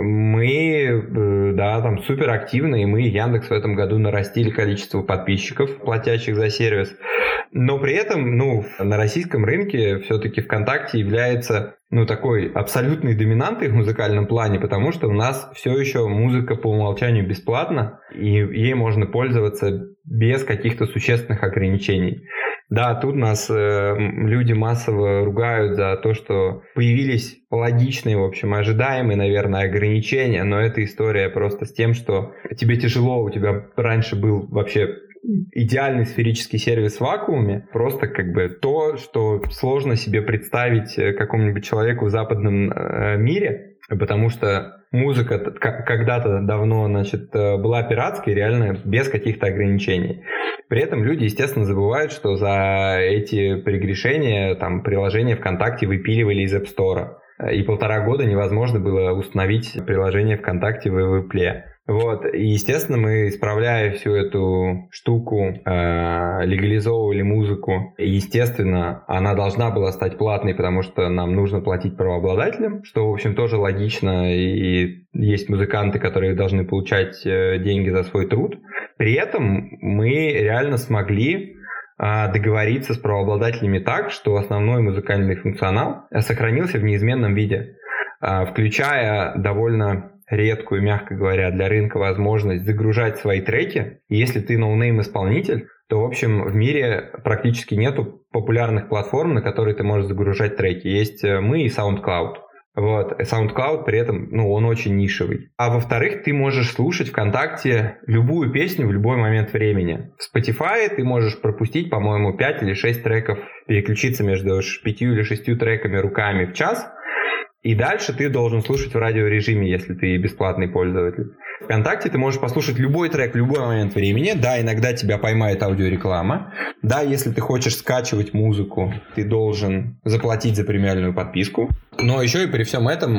Мы, да, там супер активны, и мы, Яндекс, в этом году нарастили количество подписчиков, платящих за сервис. Но при этом, ну, на российском рынке все-таки ВКонтакте является, ну, такой абсолютной доминантой в музыкальном плане, потому что у нас все еще музыка по умолчанию бесплатна, и ей можно пользоваться без каких-то существенных ограничений. Да, тут нас э, люди массово ругают за то, что появились логичные, в общем, ожидаемые, наверное, ограничения, но эта история просто с тем, что тебе тяжело, у тебя раньше был вообще идеальный сферический сервис в вакууме, просто как бы то, что сложно себе представить какому-нибудь человеку в западном э, мире, потому что музыка когда-то давно, значит, была пиратской, реально без каких-то ограничений. При этом люди, естественно, забывают, что за эти прегрешения там приложение ВКонтакте выпиливали из App Store. И полтора года невозможно было установить приложение ВКонтакте в Play. Вот, и, естественно, мы, исправляя всю эту штуку, э, легализовывали музыку. И, естественно, она должна была стать платной, потому что нам нужно платить правообладателям, что, в общем, тоже логично. И есть музыканты, которые должны получать деньги за свой труд. При этом мы реально смогли э, договориться с правообладателями так, что основной музыкальный функционал сохранился в неизменном виде, э, включая довольно редкую, мягко говоря, для рынка возможность загружать свои треки. И если ты ноунейм-исполнитель, то, в общем, в мире практически нету популярных платформ, на которые ты можешь загружать треки. Есть мы и SoundCloud. Вот. SoundCloud при этом, ну, он очень нишевый. А во-вторых, ты можешь слушать ВКонтакте любую песню в любой момент времени. В Spotify ты можешь пропустить, по-моему, пять или шесть треков, переключиться между пятью или шестью треками руками в час. И дальше ты должен слушать в радиорежиме, если ты бесплатный пользователь. ВКонтакте ты можешь послушать любой трек в любой момент времени. Да, иногда тебя поймает аудиореклама. Да, если ты хочешь скачивать музыку, ты должен заплатить за премиальную подписку. Но еще и при всем этом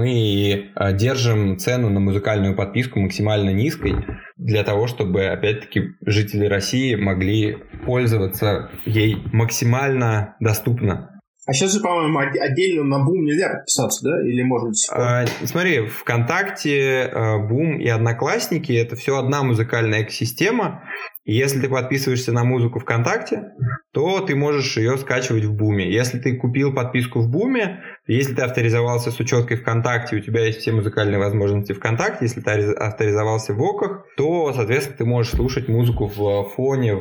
мы держим цену на музыкальную подписку максимально низкой, для того, чтобы, опять-таки, жители России могли пользоваться ей максимально доступно. А сейчас же, по-моему, отдельно на Boom нельзя подписаться, да? Или можно? А, смотри, ВКонтакте, Boom и Одноклассники — это все одна музыкальная экосистема. И если ты подписываешься на музыку ВКонтакте, то ты можешь ее скачивать в Буме. Если ты купил подписку в Буме, если ты авторизовался с учеткой ВКонтакте, у тебя есть все музыкальные возможности ВКонтакте. Если ты авторизовался в ОКах, то, соответственно, ты можешь слушать музыку в фоне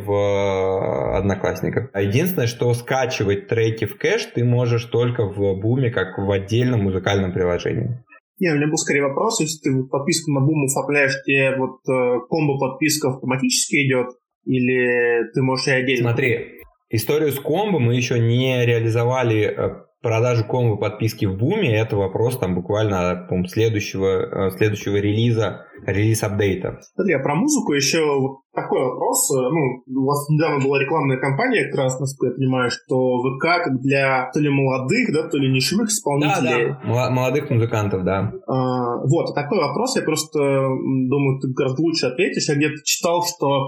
в Одноклассниках. А единственное, что скачивать треки в кэш ты можешь только в Буме, как в отдельном музыкальном приложении. Не, у меня был скорее вопрос, если ты подписку на Boom оформляешь, тебе вот э, комбо-подписка автоматически идет, или ты можешь и отдельно... Смотри, Историю с комбо мы еще не реализовали продажу комбо подписки в буме. Это вопрос там буквально, по-моему, следующего, следующего релиза, релиз-апдейта. Смотри, а про музыку еще такой вопрос. Ну, у вас недавно была рекламная кампания, как раз, насколько я понимаю, что ВК как для то ли молодых, да, то ли нишевых исполнителей. Да, да, молодых музыкантов, да. А, вот, такой вопрос, я просто думаю, ты гораздо лучше ответишь. Я где-то читал, что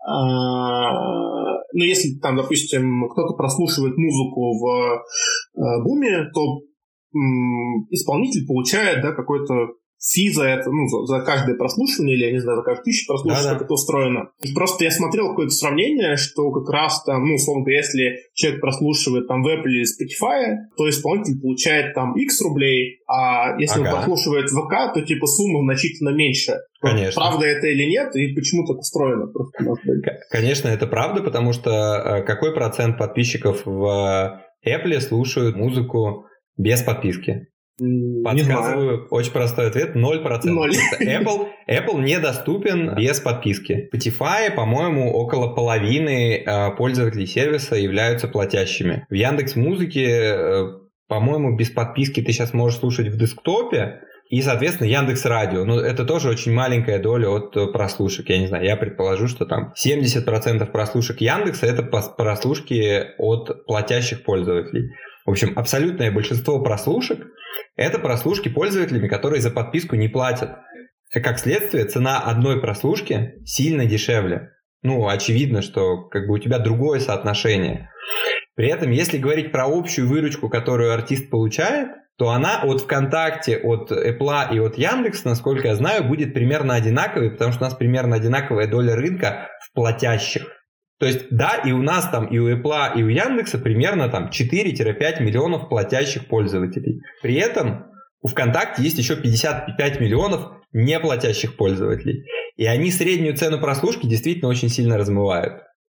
а, ну, если там, допустим, кто-то прослушивает музыку в а, буме, то м, исполнитель получает, да, какой-то фи за это, ну, за, за каждое прослушивание, или, я не знаю, за каждую тысячу прослушиваний, да, как да. это устроено. Просто я смотрел какое-то сравнение, что как раз там, ну, условно говоря, если человек прослушивает там в Apple или Spotify, то исполнитель получает там X рублей, а если ага. он прослушивает в ВК, то типа сумма значительно меньше. Конечно. Правда это или нет, и почему так устроено? Просто, может быть. Конечно, это правда, потому что какой процент подписчиков в Apple слушают музыку без подписки? Подсказываю, очень простой ответ, ноль процентов. Apple, Apple недоступен без подписки. Spotify, по-моему, около половины э, пользователей сервиса являются платящими. В Яндекс.Музыке, э, по-моему, без подписки ты сейчас можешь слушать в десктопе, и, соответственно, Яндекс.Радио. Ну, это тоже очень маленькая доля от прослушек. Я не знаю, я предположу, что там семьдесят процентов прослушек Яндекса — это прослушки от платящих пользователей. В общем, абсолютное большинство прослушек — это прослушки пользователями, которые за подписку не платят. Как следствие, цена одной прослушки сильно дешевле. Ну, очевидно, что как бы у тебя другое соотношение. При этом, если говорить про общую выручку, которую артист получает, то она от ВКонтакте, от Apple и от Яндекса, насколько я знаю, будет примерно одинаковой, потому что у нас примерно одинаковая доля рынка в платящих. То есть, да, и у нас там, и у Apple, и у Яндекса примерно там четыре-пять миллионов платящих пользователей. При этом у ВКонтакте есть еще пятьдесят пять миллионов неплатящих пользователей. И они среднюю цену прослушки действительно очень сильно размывают.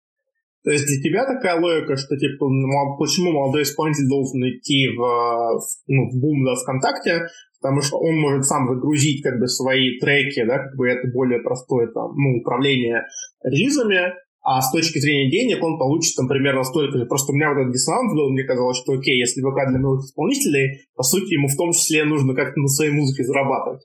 То есть для тебя такая логика, что типа, почему молодой исполнитель должен идти в, ну, в бум, да, ВКонтакте, потому что он может сам загрузить как бы свои треки, да, как бы это более простое там, ну, управление релизами, а с точки зрения денег он получит там примерно столько же. Просто у меня вот этот диссонанс был, мне казалось, что окей, если ВК для новых исполнителей, по сути, ему в том числе нужно как-то на своей музыке зарабатывать.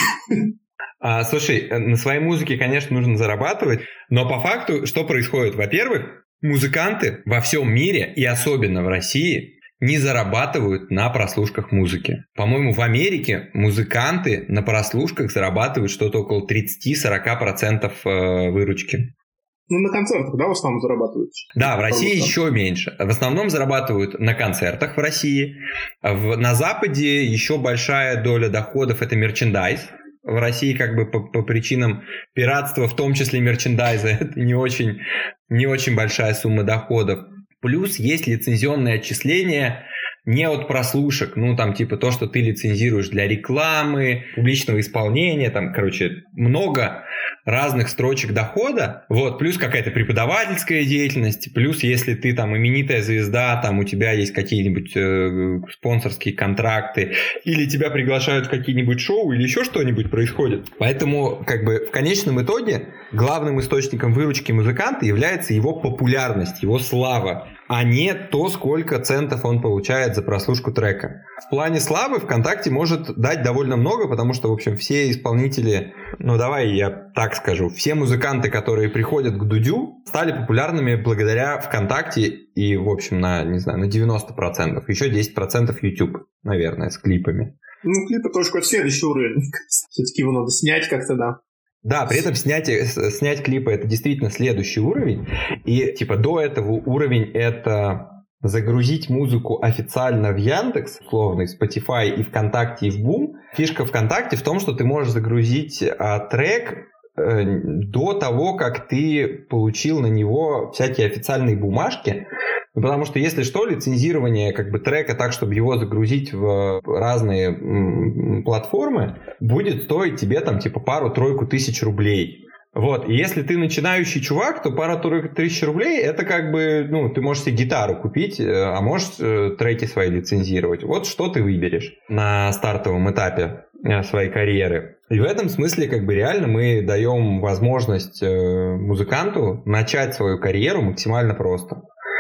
А, слушай, на своей музыке, конечно, нужно зарабатывать, но по факту что происходит? Во-первых, музыканты во всем мире, и особенно в России, не зарабатывают на прослушках музыки. По-моему, в Америке музыканты на прослушках зарабатывают что-то около тридцать-сорок процентов выручки. Ну, на концертах, да, в основном зарабатывают? Да, в России еще меньше. В основном зарабатывают на концертах в России. В, на Западе еще большая доля доходов – это мерчендайз. В России как бы по, по причинам пиратства, в том числе мерчендайза, это не очень, не очень большая сумма доходов. Плюс есть лицензионные отчисления не от прослушек, ну там типа то, что ты лицензируешь для рекламы, публичного исполнения, там, короче, много разных строчек дохода, вот, плюс какая-то преподавательская деятельность, плюс если ты там именитая звезда, там у тебя есть какие-нибудь э, спонсорские контракты, или тебя приглашают в какие-нибудь шоу, или еще что-нибудь происходит. Поэтому, как бы, в конечном итоге главным источником выручки музыканта является его популярность, его слава, а не то, сколько центов он получает за прослушку трека. В плане славы ВКонтакте может дать довольно много, потому что, в общем, все исполнители, ну давай я так скажу, все музыканты, которые приходят к Дудю, стали популярными благодаря ВКонтакте и, в общем, на, не знаю, на девяносто процентов. Еще десять процентов YouTube, наверное, с клипами. Ну, клипы тоже какой-то следующий уровень. Все-таки его надо снять как-то, да. Да, при этом снять, снять клипы — это действительно следующий уровень. И типа до этого уровень — это загрузить музыку официально в Яндекс, условно, в Spotify и ВКонтакте, и в Boom. Фишка ВКонтакте в том, что ты можешь загрузить а, трек э, до того, как ты получил на него всякие официальные бумажки. Потому что, если что, лицензирование как бы трека так, чтобы его загрузить в разные м- платформы, будет стоить тебе там типа пару-тройку тысяч рублей. Вот, и если ты начинающий чувак, то пару-тройку тысяч рублей — это как бы, ну, ты можешь себе гитару купить, а можешь э, треки свои лицензировать. Вот что ты выберешь на стартовом этапе э, своей карьеры. И в этом смысле как бы реально мы даем возможность э, музыканту начать свою карьеру максимально просто.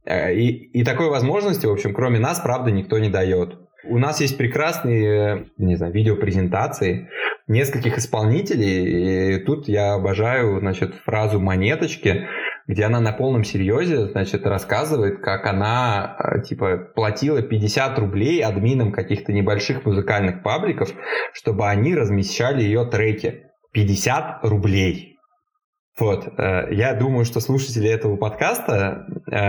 И, и такой возможности, в общем, кроме нас, правда, никто не дает. У нас есть прекрасные, не знаю, видеопрезентации нескольких исполнителей, и тут я обожаю, значит, фразу «Монеточки», где она на полном серьезе, значит, рассказывает, как она, типа, платила пятьдесят рублей админам каких-то небольших музыкальных пабликов, чтобы они размещали ее треки. пятьдесят рублей. Вот. Я думаю, что слушатели этого подкаста,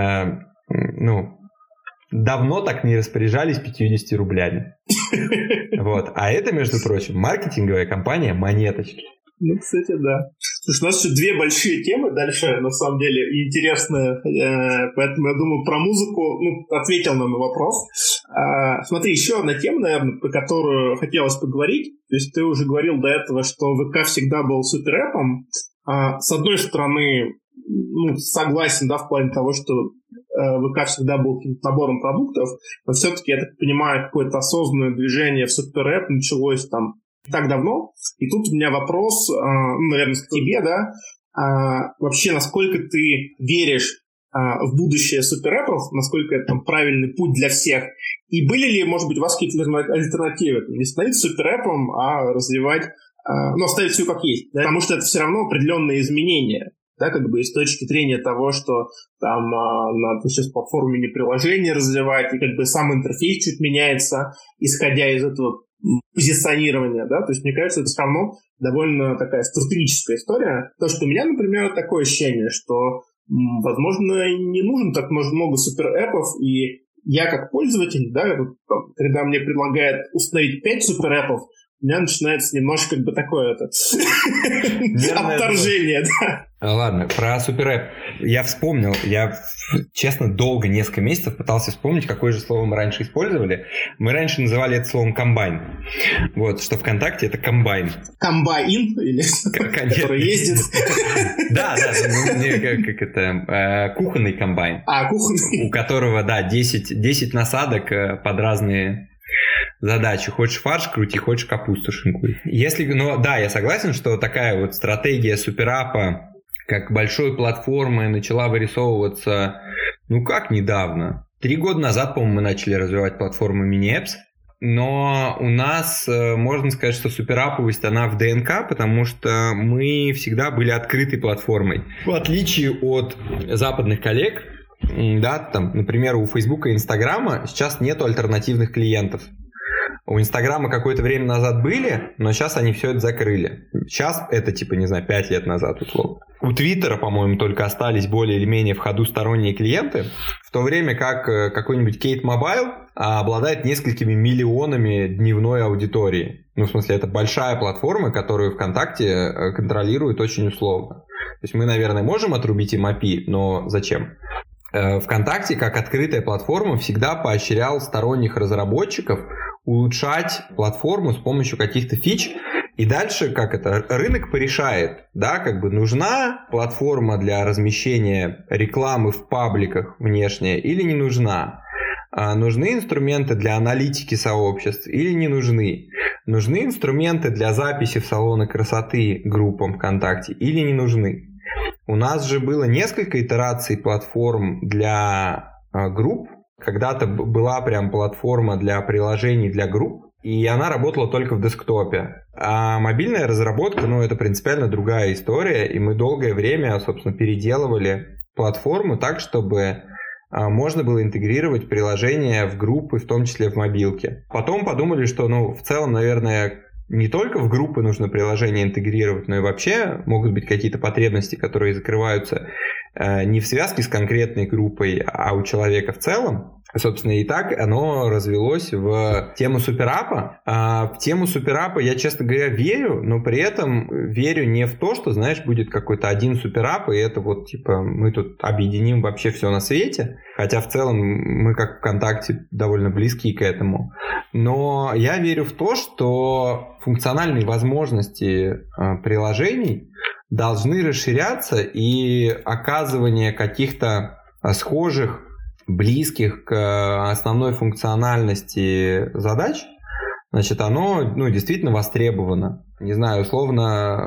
ну, давно так не распоряжались пятьюдесятью рублями. Вот. А это, между прочим, маркетинговая компания «Монеточки». Ну, кстати, да. Слушай, у нас еще две большие темы дальше, на самом деле, интересные. Поэтому, я думаю, про музыку, ну, ответил нам на вопрос. Смотри, еще одна тема, наверное, про которую хотелось поговорить. То есть ты уже говорил до этого, что ВК всегда был суперэпом. С одной стороны, ну, согласен, да, в плане того, что ВК всегда был каким-то набором продуктов, но все-таки, я так понимаю, какое-то осознанное движение в суперэп началось там так давно. И тут у меня вопрос, ну, наверное, к тебе, да, вообще, насколько ты веришь в будущее суперэпов, насколько это там правильный путь для всех, и были ли, может быть, у вас какие-то альтернативы? Не становиться суперэпом, а развивать, ну, оставить все как есть, да? Потому что это все равно определенные изменения. Да, как бы и с точки зрения того, что там а, надо сейчас по форме приложения развивать, и как бы сам интерфейс чуть меняется, исходя из этого позиционирования, да, то есть мне кажется, это все равно довольно такая стратегическая история. То, что у меня, например, такое ощущение, что, возможно, не нужно так много суперэпов, и я как пользователь, да, когда мне предлагают установить пять суперэпов, у меня начинается немножко как бы такое это отторжение, да. Ладно, про суперэп. Я вспомнил, я, честно, долго, несколько месяцев пытался вспомнить, какое же слово мы раньше использовали. Мы раньше называли это словом комбайн. Вот, что ВКонтакте это комбайн. Комбайн? Или который ездит? Да, да, как это, кухонный комбайн. А, кухонный. У которого, да, десять насадок под разные задачи. Хочешь фарш крути, хочешь капусту шинкуй. Если, ну да, я согласен, что такая вот стратегия суперапа как большой платформы начала вырисовываться, ну как недавно. Три года назад, по-моему, мы начали развивать платформу Mini-Apps, но у нас, можно сказать, что супераповость, она в ДНК, потому что мы всегда были открытой платформой. В отличие от западных коллег, да, там, например, у Фейсбука и Инстаграма сейчас нету альтернативных клиентов. У Инстаграма какое-то время назад были, но сейчас они все это закрыли. Сейчас это, типа, не знаю, пять лет назад условно. У Твиттера, по-моему, только остались более или менее в ходу сторонние клиенты, в то время как какой-нибудь Kate Mobile обладает несколькими миллионами дневной аудитории. Ну, в смысле, это большая платформа, которую ВКонтакте контролирует очень условно. То есть мы, наверное, можем отрубить им эй пи ай, но зачем? ВКонтакте, как открытая платформа, всегда поощрял сторонних разработчиков улучшать платформу с помощью каких-то фич. И дальше, как это, рынок порешает, да, как бы нужна платформа для размещения рекламы в пабликах внешняя или не нужна. А нужны инструменты для аналитики сообществ или не нужны? Нужны инструменты для записи в салоны красоты группам ВКонтакте или не нужны? У нас же было несколько итераций платформ для э, групп. Когда-то была прям платформа для приложений для групп, и она работала только в десктопе. А мобильная разработка, ну, это принципиально другая история, и мы долгое время, собственно, переделывали платформу так, чтобы э, можно было интегрировать приложения в группы, в том числе в мобилке. Потом подумали, что, ну, в целом, наверное, не только в группы нужно приложение интегрировать, но и вообще могут быть какие-то потребности, которые закрываются э, не в связке с конкретной группой, а у человека в целом. Собственно, и так оно развелось в тему суперапа. А в тему суперапа я, честно говоря, верю, но при этом верю не в то, что, знаешь, будет какой-то один суперап, и это вот, типа, мы тут объединим вообще все на свете. Хотя в целом мы, как ВКонтакте, довольно близки к этому. Но я верю в то, что функциональные возможности приложений должны расширяться, и оказывание каких-то схожих, близких к основной функциональности задач, значит, оно, ну, действительно востребовано. Не знаю, условно,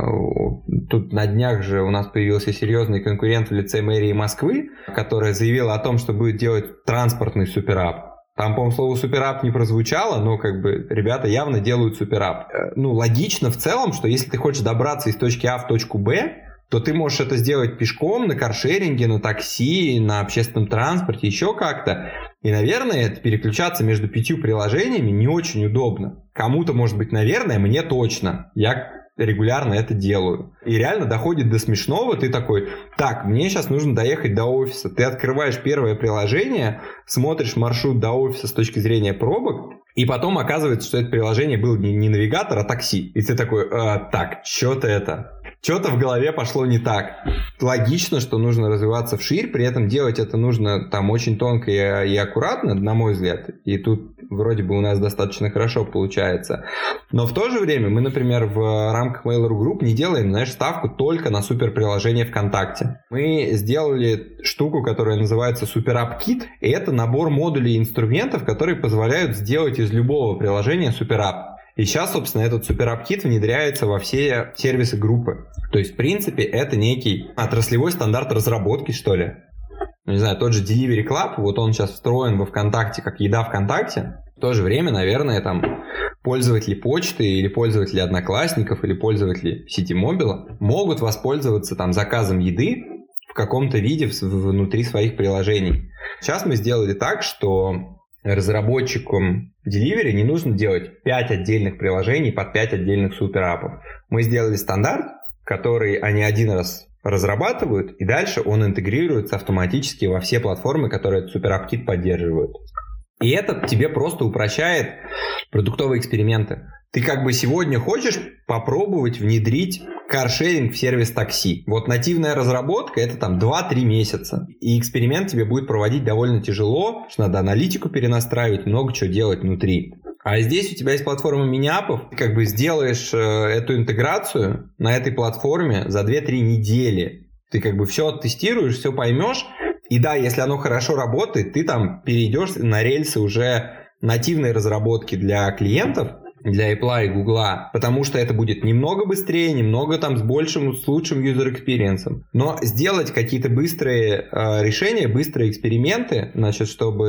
тут на днях же у нас появился серьезный конкурент в лице мэрии Москвы, которая заявила о том, что будет делать транспортный суперап. Там, по-моему, слово суперап не прозвучало, но как бы ребята явно делают суперап. Ну, логично в целом, что если ты хочешь добраться из точки А в точку Б, то ты можешь это сделать пешком, на каршеринге, на такси, на общественном транспорте, еще как-то. И, наверное, переключаться между пятью приложениями не очень удобно. Кому-то, может быть, наверное, мне точно. Я регулярно это делаю. И реально доходит до смешного. Ты такой, так, мне сейчас нужно доехать до офиса. Ты открываешь первое приложение, смотришь маршрут до офиса с точки зрения пробок, и потом оказывается, что это приложение было не, не навигатор, а такси. И ты такой, э, так, что-то это... Что-то в голове пошло не так. Логично, что нужно развиваться вширь, при этом делать это нужно там очень тонко и, и аккуратно, на мой взгляд. И тут вроде бы у нас достаточно хорошо получается. Но в то же время мы, например, в рамках Mail.ru Group не делаем, знаешь, ставку только на суперприложение ВКонтакте. Мы сделали штуку, которая называется SuperApp Kit, и это набор модулей и инструментов, которые позволяют сделать из любого приложения суперап. И сейчас, собственно, этот SuperApp-кит внедряется во все сервисы группы. То есть, в принципе, это некий отраслевой стандарт разработки, что ли. Не знаю, тот же Delivery Club, вот он сейчас встроен во ВКонтакте, как еда ВКонтакте. В то же время, наверное, там пользователи почты или пользователи Одноклассников или пользователи Ситимобила могут воспользоваться там заказом еды в каком-то виде внутри своих приложений. Сейчас мы сделали так, что разработчикам Delivery не нужно делать пять отдельных приложений под пять отдельных суперапов. Мы сделали стандарт, который они один раз разрабатывают, и дальше он интегрируется автоматически во все платформы, которые этот SuperApp-кит поддерживают. И это тебе просто упрощает продуктовые эксперименты. Ты как бы сегодня хочешь попробовать внедрить каршеринг в сервис такси. Вот нативная разработка — это там два-три месяца. И эксперимент тебе будет проводить довольно тяжело, что надо аналитику перенастраивать, много чего делать внутри. А здесь у тебя есть платформа мини-апов, ты как бы сделаешь э, эту интеграцию на этой платформе за две-три недели. Ты как бы все оттестируешь, все поймешь. И да, если оно хорошо работает, ты там перейдешь на рельсы уже нативной разработки для клиентов, для Apple и Google, потому что это будет немного быстрее, немного там с большим, с лучшим user experience. Но сделать какие-то быстрые э, решения, быстрые эксперименты, значит,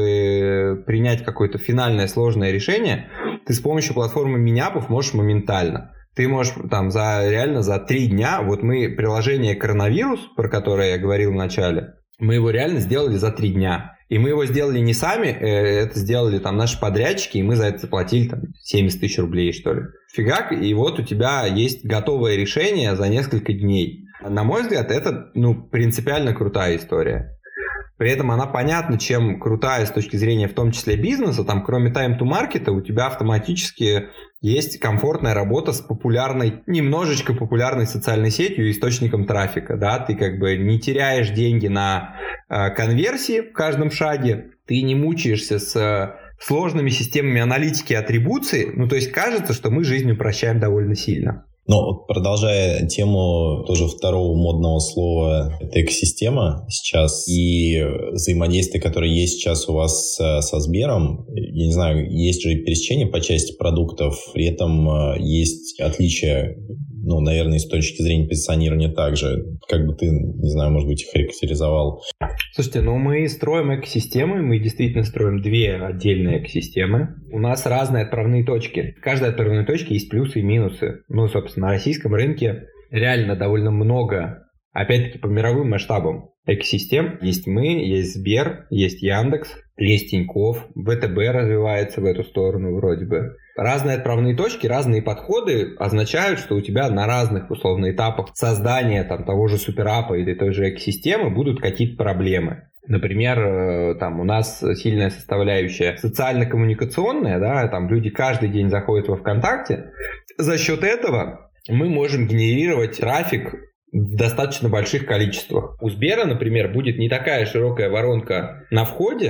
чтобы принять какое-то финальное сложное решение, ты с помощью платформы мини-апов можешь моментально. Ты можешь там за реально за три дня, вот мы приложение коронавирус, про которое я говорил в начале, мы его реально сделали за три дня. И мы его сделали не сами, это сделали там наши подрядчики, и мы за это заплатили там семьдесят тысяч рублей, что ли. Фигак, и вот у тебя есть готовое решение за несколько дней. На мой взгляд, это, ну, принципиально крутая история. При этом она понятна, чем крутая с точки зрения в том числе бизнеса. Там, кроме time to market, у тебя автоматически есть комфортная работа с популярной, немножечко популярной социальной сетью и источником трафика. Да? Ты как бы не теряешь деньги на э, конверсии в каждом шаге, ты не мучаешься с э, сложными системами аналитики и атрибуции. Ну, то есть кажется, что мы жизнь упрощаем довольно сильно. Но продолжая тему тоже второго модного слова, это экосистема сейчас и взаимодействие, которое есть сейчас у вас со, со Сбером. Я не знаю, есть же пересечение по части продуктов, при этом есть отличия, ну, наверное, с точки зрения позиционирования также. Как бы ты, не знаю, может быть, их характеризовал? Слушайте, ну мы строим экосистемы, мы действительно строим две отдельные экосистемы. У нас разные отправные точки. В каждой отправной точке есть плюсы и минусы. Ну, собственно, на российском рынке реально довольно много, опять-таки по мировым масштабам, экосистем. Есть мы, есть Сбер, есть Яндекс, есть Тинькофф, ВТБ развивается в эту сторону вроде бы. Разные отправные точки, разные подходы означают, что у тебя на разных, условно, этапах создания там, того же суперапа или той же экосистемы будут какие-то проблемы. Например, там у нас сильная составляющая социально-коммуникационная, да, там люди каждый день заходят во ВКонтакте. За счет этого мы можем генерировать трафик в достаточно больших количествах. У Сбера, например, будет не такая широкая воронка на входе,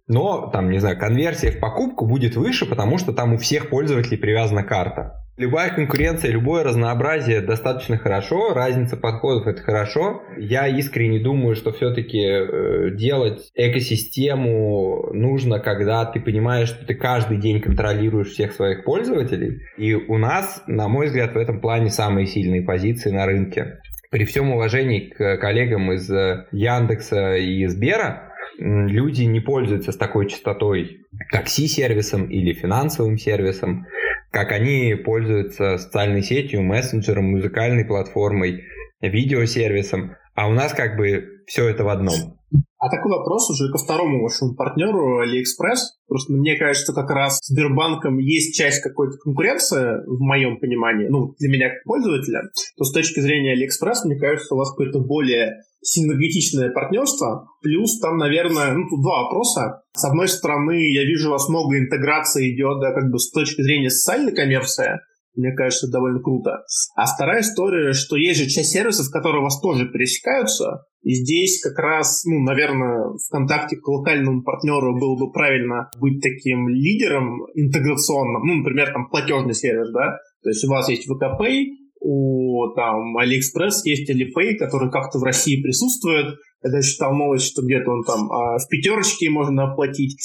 но, там, не знаю, конверсия в покупку будет выше, потому что там у всех пользователей привязана карта. Любая конкуренция, любое разнообразие достаточно хорошо, разница подходов — это хорошо. Я искренне думаю, что все-таки э, делать экосистему нужно, когда ты понимаешь, что ты каждый день контролируешь всех своих пользователей. И у нас, на мой взгляд, в этом плане самые сильные позиции на рынке. При всем уважении к коллегам из Яндекса и Сбера, люди не пользуются с такой частотой такси-сервисом или финансовым сервисом, как они пользуются социальной сетью, мессенджером, музыкальной платформой, видеосервисом, а у нас как бы все это в одном. А такой вопрос уже ко второму вашему партнеру AliExpress. Просто мне кажется, как раз с Сбербанком есть часть какой-то конкуренции, в моем понимании, ну, для меня как пользователя, то с точки зрения AliExpress, мне кажется, у вас какое-то более синергетичное партнерство. Плюс там, наверное, ну, тут два вопроса. С одной стороны, я вижу, у вас много интеграции идет, да, как бы с точки зрения социальной коммерции. Мне кажется, это довольно круто. А вторая история, что есть же часть сервисов, которые у вас тоже пересекаются. И здесь как раз, ну, наверное, ВКонтакте к локальному партнеру было бы правильно быть таким лидером интеграционным. Ну, например, там платежный сервис, да. То есть у вас есть ви кей Pay, у там AliExpress есть Alipay, который как-то в России присутствует. Я читал новость, что где-то он там а, в пятерочке можно оплатить,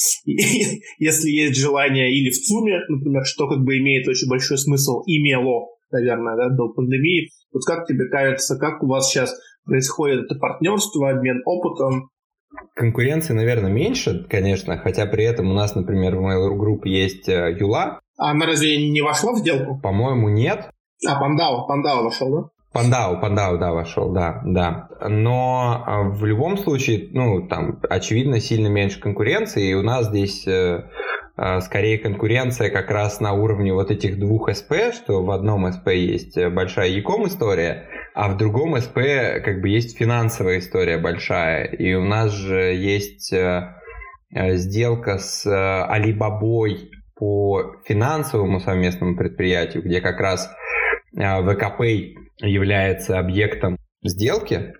если есть желание, или в ЦУМе, например, что как бы имеет очень большой смысл, имело, наверное, да, до пандемии. Вот как тебе кажется, как у вас сейчас происходит это партнерство, обмен опытом? Конкуренции, наверное, меньше, конечно, хотя при этом у нас, например, в Mail.ru Group есть Юла. А она разве не вошла в сделку? По-моему, нет. А, Пандау, Пандау вошел, да? Пандау, Пандау, да, вошел, да, да. Но в любом случае, ну, там, очевидно, сильно меньше конкуренции, и у нас здесь э, э, скорее конкуренция как раз на уровне вот этих двух эс пи, что в одном эс пи есть большая e-com история, а в другом эс пи как бы есть финансовая история большая, и у нас же есть э, сделка с Alibaba по финансовому совместному предприятию, где как раз ви кей Pay является объектом сделки,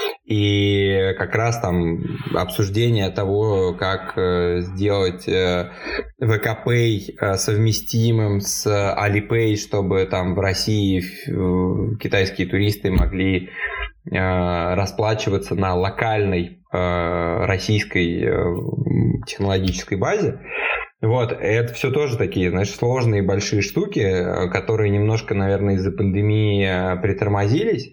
и как раз там обсуждение того, как сделать ви кей Pay совместимым с Alipay, чтобы там в России китайские туристы могли расплачиваться на локальной российской технологической базе. Вот, это все тоже такие, знаешь, сложные большие штуки, которые немножко, наверное, из-за пандемии притормозились,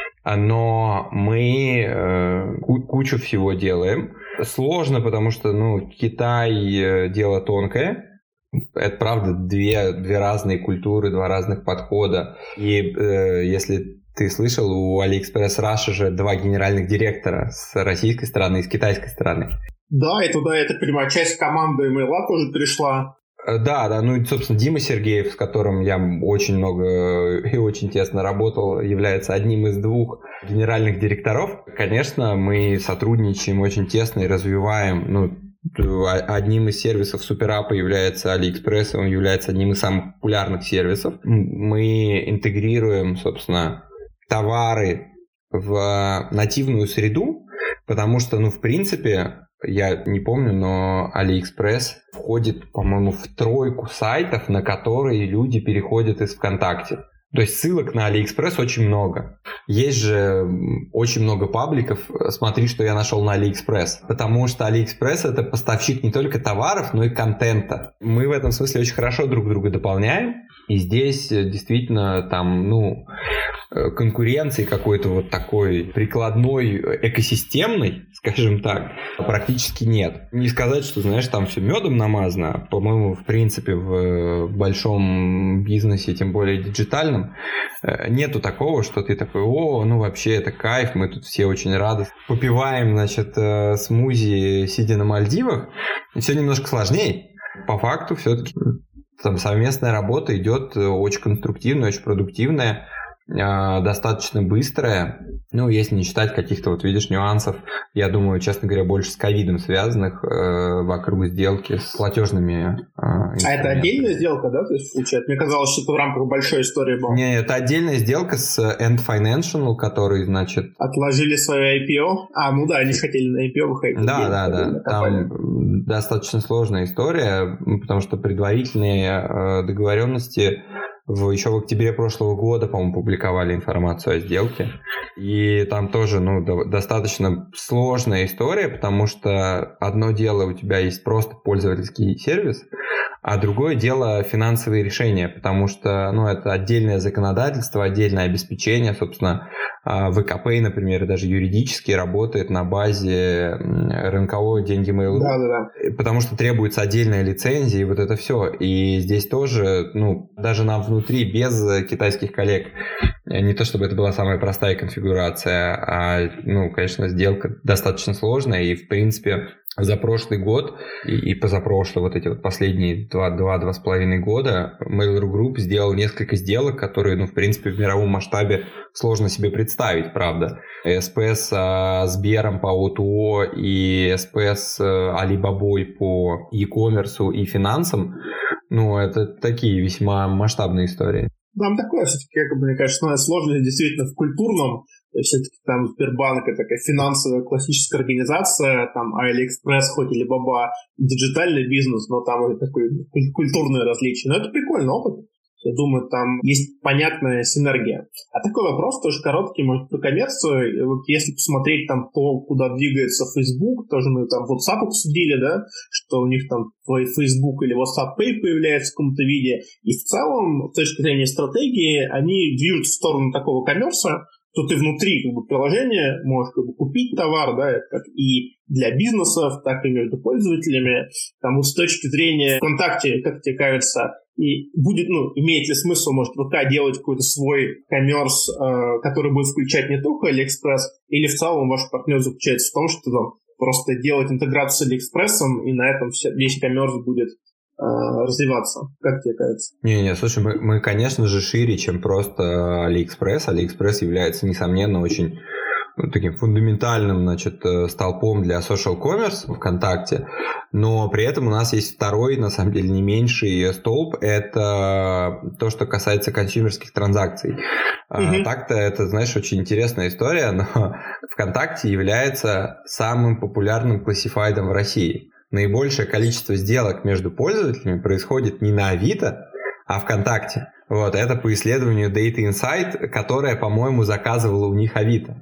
но мы э, кучу всего делаем. Сложно, потому что, ну, Китай дело тонкое. Это, правда, две, две разные культуры, два разных подхода. И э, если ты слышал, у AliExpress Russia же два генеральных директора с российской стороны и с китайской стороны. Да, и туда, я так понимаю, часть команды Mail.ru тоже перешла. Да, да, ну и, собственно, Дима Сергеев, с которым я очень много и очень тесно работал, является одним из двух генеральных директоров. Конечно, мы сотрудничаем очень тесно и развиваем, ну, одним из сервисов SuperApp является AliExpress, он является одним из самых популярных сервисов. Мы интегрируем, собственно, товары в нативную среду, потому что, ну, в принципе, я не помню, но AliExpress входит, по-моему, в тройку сайтов, на которые люди переходят из ВКонтакте. То есть ссылок на AliExpress очень много. Есть же очень много пабликов «Смотри, что я нашел на AliExpress». Потому что AliExpress — это поставщик не только товаров, но и контента. Мы в этом смысле очень хорошо друг друга дополняем. И здесь действительно там, ну, конкуренции какой-то вот такой прикладной, экосистемной, скажем так, практически нет. Не сказать, что, знаешь, там все медом намазано. По-моему, в принципе, в большом бизнесе, тем более диджитальном, нету такого, что ты такой: о, ну вообще это кайф, мы тут все очень рады. Попиваем, значит, смузи, сидя на Мальдивах. Все немножко сложнее. По факту все-таки там совместная работа идет очень конструктивная, очень продуктивная. э, достаточно быстрая. Ну, если не считать каких-то, вот видишь, нюансов, я думаю, честно говоря, больше с ковидом связанных э, вокруг сделки с платежными э, А это отдельная сделка, да, то есть, получается? Мне казалось, что это в рамках большой истории была. Не, это отдельная сделка с Ant Financial, который, значит... Отложили свое ай пи о? А, ну да, они хотели на ай пи о выходить. Да, да, да. Там достаточно сложная история, потому что предварительные э, договоренности в, еще в октябре прошлого года, по-моему, публиковали информацию о сделке. И там тоже, ну, до, достаточно сложная история, потому что одно дело, у тебя есть просто пользовательский сервис, а другое дело финансовые решения, потому что, ну, это отдельное законодательство, отдельное обеспечение, собственно, ВКПэй, например, даже юридически работает на базе рынковой деньги Mail.ru, да, да, да. Потому что требуется отдельная лицензия, и вот это все. И здесь тоже, ну, даже нам внутри, без китайских коллег, не то чтобы это была самая простая конфигурация, а, ну, конечно, сделка достаточно сложная, и, в принципе, за прошлый год и, и позапрошлый, вот эти вот последние два-два с половиной года Mail.ru Group сделал несколько сделок, которые, ну, в принципе, в мировом масштабе сложно себе представить, правда. СПС а, с Сбером по о тэ о и СПС Alibaba по e-commerce и финансам, ну, это такие весьма масштабные истории. Там такое все-таки, как бы, мне кажется, сложность действительно в культурном. Все-таки там Сбербанк — это такая финансовая классическая организация, там Алиэкспресс, хоть и Alibaba, диджитальный бизнес, но там такое культурное различие. Но это прикольный опыт. Я думаю, там есть понятная синергия. А такой вопрос тоже короткий, может, про коммерцию. Вот если посмотреть там то, куда двигается Facebook, тоже мы там WhatsApp обсудили, да, что у них там Facebook или WhatsApp Pay появляется в каком-то виде. И в целом, с точки зрения стратегии, они движутся в сторону такого коммерса, то ты внутри, как бы, приложения можешь, как бы, купить товар, да, это как и для бизнесов, так и между пользователями. Там вот с точки зрения ВКонтакте, как тебе кажется, и будет, ну, имеет ли смысл, может, ВК делать какой-то свой коммерс, э, который будет включать не только Алиэкспресс, или в целом ваш партнер заключается в том, что там просто делать интеграцию с Алиэкспрессом, и на этом вся, весь коммерс будет развиваться. Как тебе кажется? Не-не, слушай, мы, мы, конечно же, шире, чем просто Алиэкспресс. Алиэкспресс является, несомненно, очень, ну, таким фундаментальным, значит, столпом для social commerce ВКонтакте, но при этом у нас есть второй, на самом деле, не меньший столб, это то, что касается консюмерских транзакций. Mm-hmm. А, так-то это, знаешь, очень интересная история, но ВКонтакте является самым популярным классифайдом в России. Наибольшее количество сделок между пользователями происходит не на Авито, а ВКонтакте. Вот, это по исследованию Data Insight, которое, по-моему, заказывало у них Авито.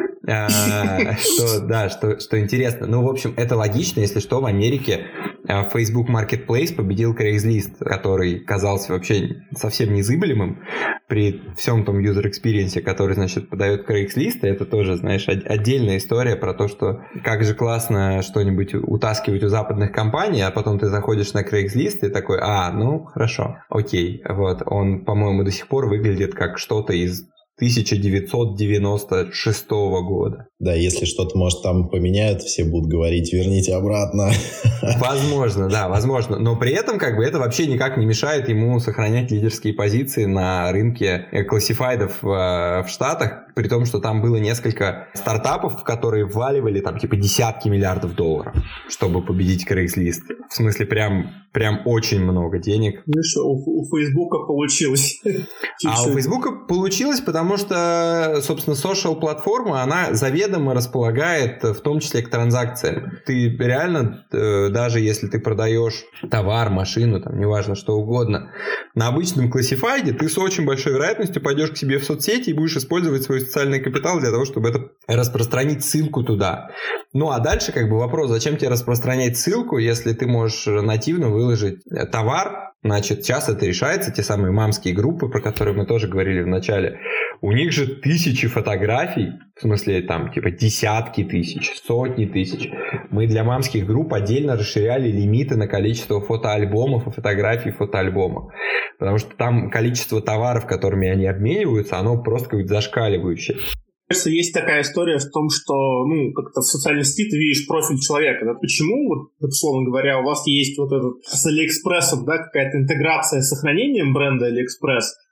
Что, да, что, что интересно. Ну, в общем, это логично, если что, в Америке Facebook Marketplace победил Craigslist, который казался вообще совсем незыблемым при всем том user experience, который, значит, подает Craigslist. И это тоже, знаешь, отдельная история про то, что как же классно что-нибудь утаскивать у западных компаний, а потом ты заходишь на Craigslist и такой, а, ну, хорошо, окей. Вот, он, по-моему, до сих пор выглядит как что-то из тысяча девятьсот девяносто шестого года. Да, если что-то, может, там поменяют, все будут говорить, верните обратно. Возможно, да, возможно. Но при этом, как бы, это вообще никак не мешает ему сохранять лидерские позиции на рынке классифайдов в, в Штатах, при том, что там было несколько стартапов, которые вваливали там типа десятки миллиардов долларов, чтобы победить Craigslist. В смысле, прям, прям очень много денег. Ну что, у, у Фейсбука получилось. А у Фейсбука получилось, потому что, собственно, social-платформа, она заведомо располагает в том числе к транзакциям. Ты реально, даже если ты продаешь товар, машину, там, неважно, что угодно, на обычном классифайде ты с очень большой вероятностью пойдешь к себе в соцсети и будешь использовать свой социальный капитал для того, чтобы это распространить ссылку туда. Ну, а дальше как бы вопрос, зачем тебе распространять ссылку, если ты можешь нативно выложить товар. Значит, сейчас это решается, те самые мамские группы, про которые мы тоже говорили в начале. У них же тысячи фотографий, в смысле там типа десятки тысяч, сотни тысяч. Мы для мамских групп отдельно расширяли лимиты на количество фотоальбомов и фотографий в фотоальбомах. Потому что там количество товаров, которыми они обмениваются, оно просто как-то зашкаливающее. Есть такая история в том, что, ну, как-то в социальной сети ты видишь профиль человека, да? Почему, вот, условно говоря, у вас есть вот этот с Алиэкспрессом, да, какая-то интеграция с сохранением бренда Алиэкспресс,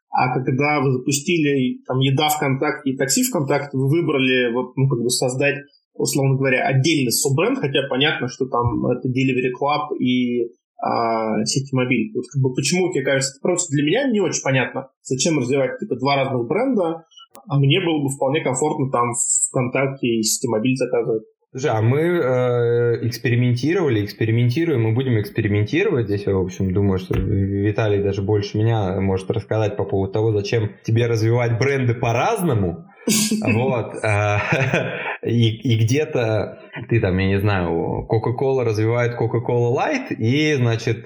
а когда вы запустили там еда ВКонтакте и такси ВКонтакте, вы выбрали вот, ну, как бы создать, условно говоря, отдельный суббренд, хотя понятно, что там это Delivery Club и а, Ситимобиль. Вот, как бы, почему, тебе кажется, это просто для меня не очень понятно, зачем развивать типа два разных бренда, а мне было бы вполне комфортно там ВКонтакте и Ситимобиль заказывать. Слушай, а мы э, экспериментировали, экспериментируем, мы будем экспериментировать. Здесь, в общем, думаю, что Виталий даже больше меня может рассказать по поводу того, зачем тебе развивать бренды по-разному. Вот. И, и где-то ты там, я не знаю, Coca-Cola развивает Coca-Cola Light и, значит,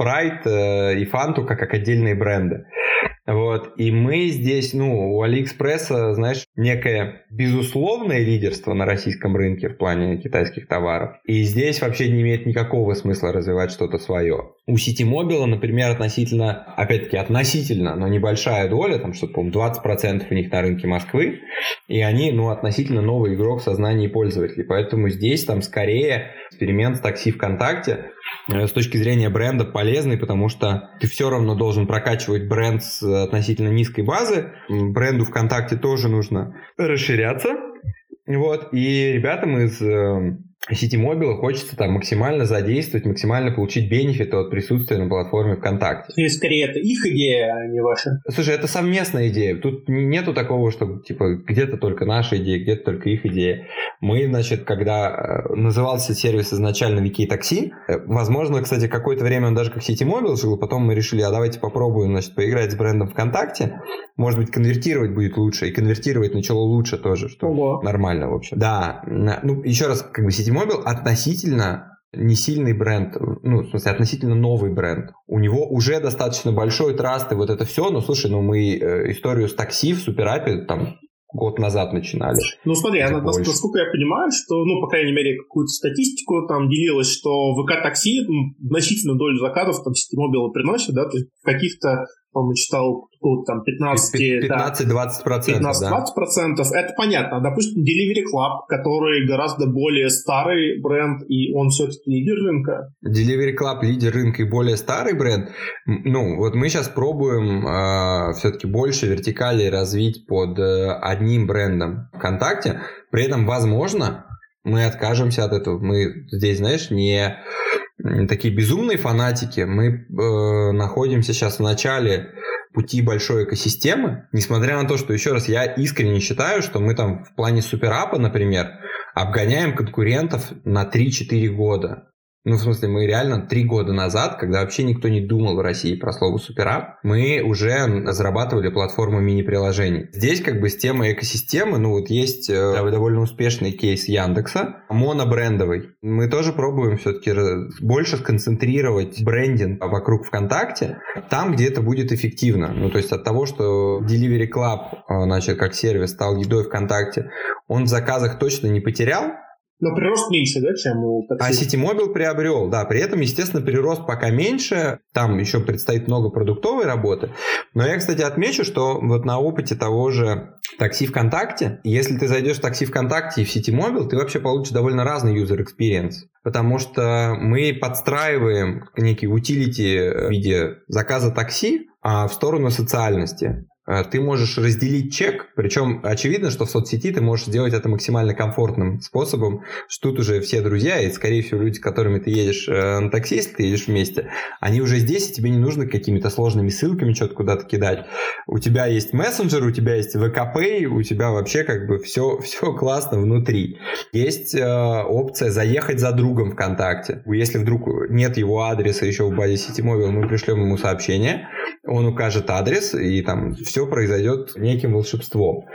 Sprite и Fanta как, как отдельные бренды. Вот. И мы здесь, ну, у Алиэкспресса, знаешь, некое безусловное лидерство на российском рынке в плане китайских товаров. И здесь вообще не имеет никакого смысла развивать что-то свое. У Ситимобила, например, относительно, опять-таки, относительно, но небольшая доля, там что-то, по-моему, двадцать процентов у них на рынке Москвы, и они, ну, относительно новый игрок в сознании пользователей. Поэтому здесь там скорее эксперимент с такси ВКонтакте с точки зрения бренда полезный, потому что ты все равно должен прокачивать бренд с относительно низкой базы. Бренду ВКонтакте тоже нужно расширяться. Вот. И ребятам из Ситимобила хочется там максимально задействовать, максимально получить бенефиты от присутствия на платформе ВКонтакте. И скорее это их идея, а не ваша. Слушай, это совместная идея. Тут нету такого, что типа где-то только наша идея, где-то только их идея. Мы, значит, когда назывался сервис изначально ви кей Taxi, возможно, кстати, какое-то время он даже как Ситимобил жил, потом мы решили, а давайте попробуем, значит, поиграть с брендом ВКонтакте. Может быть, конвертировать будет лучше, и конвертировать начало лучше тоже, что Ого. Нормально, в общем. Да, ну, еще раз, как бы Ситимобил относительно не сильный бренд, ну, в смысле, относительно новый бренд. У него уже достаточно большой траст и вот это все, но, слушай, ну, мы э, историю с такси в Суперапе там год назад начинали. Ну, смотри, она, насколько я понимаю, что, ну, по крайней мере, какую-то статистику там делилось, что ВК-такси ну, значительную долю заказов там Ситимобила приносит, да, то есть в каких-то, по-моему, читал там пятнадцать-двадцать процентов. пятнадцать-двадцать процентов, да. Это понятно. Допустим, Delivery Club, который гораздо более старый бренд, и он все-таки лидер рынка. Delivery Club лидер рынка и более старый бренд. Ну, вот мы сейчас пробуем э, все-таки больше вертикалей развить под э, одним брендом ВКонтакте. При этом, возможно, мы откажемся от этого. Мы здесь, знаешь, не такие безумные фанатики. Мы э, находимся сейчас в начале пути большой экосистемы, несмотря на то, что, еще раз, я искренне считаю, что мы там в плане суперапа, например, обгоняем конкурентов на три-четыре года. Ну, в смысле, мы реально три года назад, когда вообще никто не думал в России про слово суперап, мы уже разрабатывали платформу мини-приложений. Здесь как бы с темой экосистемы, ну вот есть э, довольно успешный кейс Яндекса, монобрендовый. Мы тоже пробуем все-таки больше сконцентрировать брендинг вокруг ВКонтакте, там, где это будет эффективно. Ну, то есть от того, что Delivery Club, э, значит, как сервис стал едой ВКонтакте, он в заказах точно не потерял. Но прирост меньше, да, чем у такси? А Ситимобил приобрел, да. При этом, естественно, прирост пока меньше. Там еще предстоит много продуктовой работы. Но я, кстати, отмечу, что вот на опыте того же такси ВКонтакте, если ты зайдешь в такси ВКонтакте и в Ситимобил, ты вообще получишь довольно разный user experience. Потому что мы подстраиваем некий утилити в виде заказа такси в сторону социальности. Ты можешь разделить чек, причем очевидно, что в соцсети ты можешь сделать это максимально комфортным способом, что тут уже все друзья, и, скорее всего, люди, с которыми ты едешь на такси, если ты едешь вместе, они уже здесь, и тебе не нужно какими-то сложными ссылками что-то куда-то кидать. У тебя есть мессенджер, у тебя есть ви кей Pay, у тебя вообще как бы все, все классно внутри. Есть э, опция заехать за другом ВКонтакте. Если вдруг нет его адреса еще в базе Ситимобил, мы пришлем ему сообщение, он укажет адрес, и там все произойдет неким волшебством.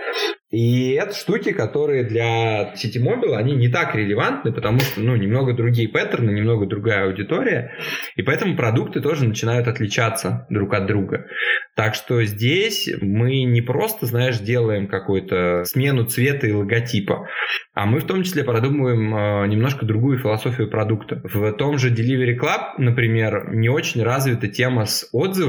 И это штуки, которые для Ситимобила, они не так релевантны, потому что, ну, немного другие паттерны, немного другая аудитория, и поэтому продукты тоже начинают отличаться друг от друга. Так что здесь мы не просто, знаешь, делаем какую-то смену цвета и логотипа, а мы в том числе продумываем э, немножко другую философию продукта. В том же Delivery Club, например, не очень развита тема с отзывами.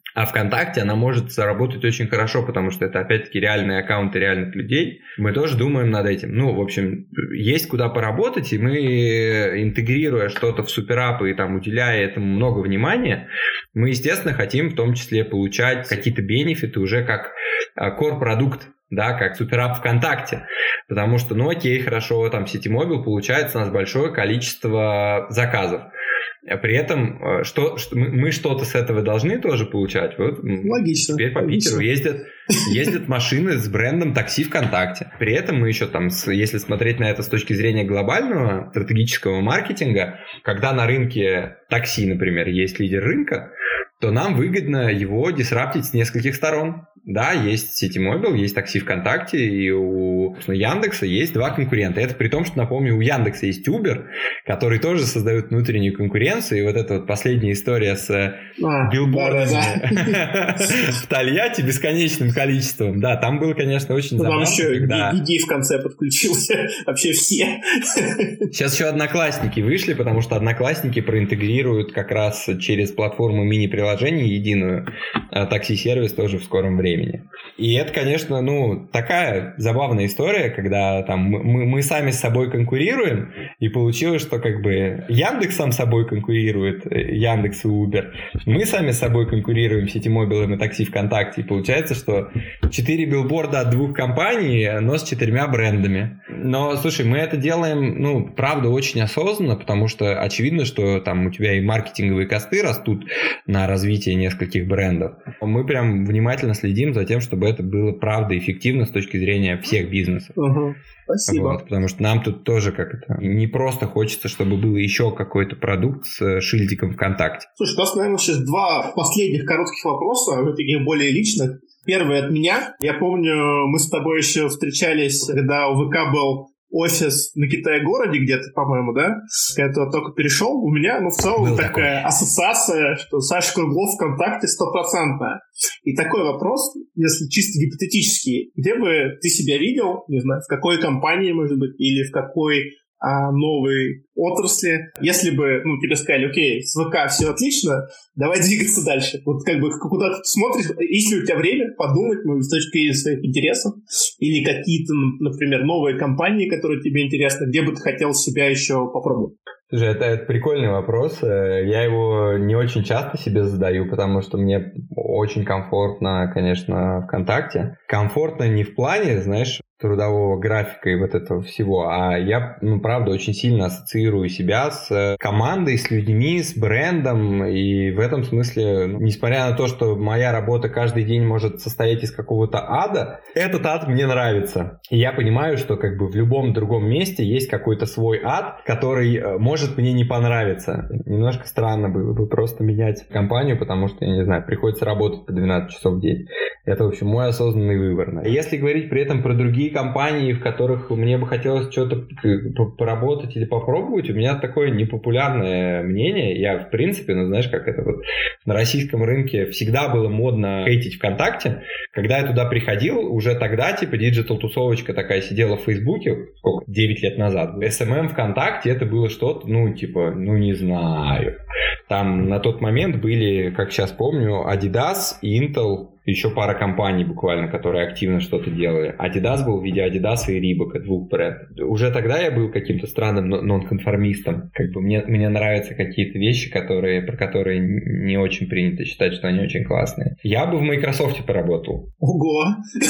А ВКонтакте она может заработать очень хорошо, потому что это, опять-таки, реальные аккаунты реальных людей. Мы тоже думаем над этим. Ну, в общем, есть куда поработать, и мы, интегрируя что-то в суперапы и там уделяя этому много внимания, мы, естественно, хотим в том числе получать какие-то бенефиты уже как core-продукт, да, как суперап ВКонтакте. Потому что, ну окей, хорошо, там Ситимобил, получается у нас большое количество заказов. При этом что, что, мы что-то с этого должны тоже получать. Вот, логично. Теперь по логично. Питеру ездят, ездят машины с брендом такси ВКонтакте. При этом мы еще там, если смотреть на это с точки зрения глобального стратегического маркетинга, когда на рынке такси, например, есть лидер рынка, то нам выгодно его дисраптить с нескольких сторон. Да, есть Ситимобил, есть такси ВКонтакте, и у Яндекса есть два конкурента. Это при том, что, напомню, у Яндекса есть Uber, который тоже создает внутреннюю конкуренцию. И вот эта вот последняя история с а, билбордами да, да. в Тольятти бесконечным количеством. Да, там было, конечно, очень ну, забавно. Там еще когда... Диди в конце подключился. Вообще все. Сейчас еще Одноклассники вышли, потому что Одноклассники проинтегрируют как раз через платформу мини-приложений единую такси-сервис тоже в скором времени. И это, конечно, ну, такая забавная история, когда там мы, мы сами с собой конкурируем, и получилось, что как бы Яндекс сам с собой конкурирует, Яндекс и Uber, мы сами с собой конкурируем, Ситимобилом и такси ВКонтакте, и получается, что четыре билборда от двух компаний, но с четырьмя брендами. Но, слушай, мы это делаем, ну, правда, очень осознанно, потому что очевидно, что там у тебя и маркетинговые косты растут на развитие нескольких брендов. Мы прям внимательно следим за тем, чтобы это было правда эффективно с точки зрения всех бизнесов. Угу. Спасибо. Вот, потому что нам тут тоже как это не просто хочется, чтобы был еще какой-то продукт с шильдиком ВКонтакте. Слушай, у нас, наверное, сейчас два последних коротких вопроса, таких более личных. Первый от меня. Я помню, мы с тобой еще встречались, когда у ВК был офис на Китай-городе где-то, по-моему, да? Когда я только перешел, у меня, ну, в целом был такая такой. ассоциация, что Саша Круглов ВКонтакте стопроцентная. И такой вопрос, если чисто гипотетический, где бы ты себя видел, не знаю, в какой компании, может быть, или в какой а, новой отрасли, если бы, ну, тебе сказали, окей, с ВК все отлично, давай двигаться дальше. Вот как бы куда ты смотришь, если у тебя время подумать, ну, с точки зрения своих интересов, или какие-то, например, новые компании, которые тебе интересны, где бы ты хотел себя еще попробовать? Слушай, это, это прикольный вопрос. Я его не очень часто себе задаю, потому что мне очень комфортно, конечно, ВКонтакте. Комфортно не в плане, знаешь, трудового графика и вот этого всего, а я, ну, правда, очень сильно ассоциирую себя с командой, с людьми, с брендом, и в этом смысле, ну, несмотря на то, что моя работа каждый день может состоять из какого-то ада, этот ад мне нравится. И я понимаю, что как бы в любом другом месте есть какой-то свой ад, который может мне не понравиться. Немножко странно было бы просто менять компанию, потому что, я не знаю, приходится работать по двенадцать часов в день. Это, в общем, мой осознанный выбор. Если говорить при этом про другие компании, в которых мне бы хотелось что-то поработать или попробовать, у меня такое непопулярное мнение. Я, в принципе, ну, знаешь, как это вот на российском рынке всегда было модно хейтить ВКонтакте. Когда я туда приходил, уже тогда, типа, диджитал-тусовочка такая сидела в Фейсбуке, сколько, девять лет назад. эс эм эм ВКонтакте это было что-то, ну, типа, ну, не знаю. Там на тот момент были, как сейчас помню, Adidas, Intel, еще пара компаний буквально, которые активно что-то делали. Adidas был в виде Adidas и Reebok, двух брендов. Уже тогда я был каким-то странным нонконформистом. Как бы мне, мне нравятся какие-то вещи, которые, про которые не очень принято считать, что они очень классные. Я бы в Microsoft поработал. Ого!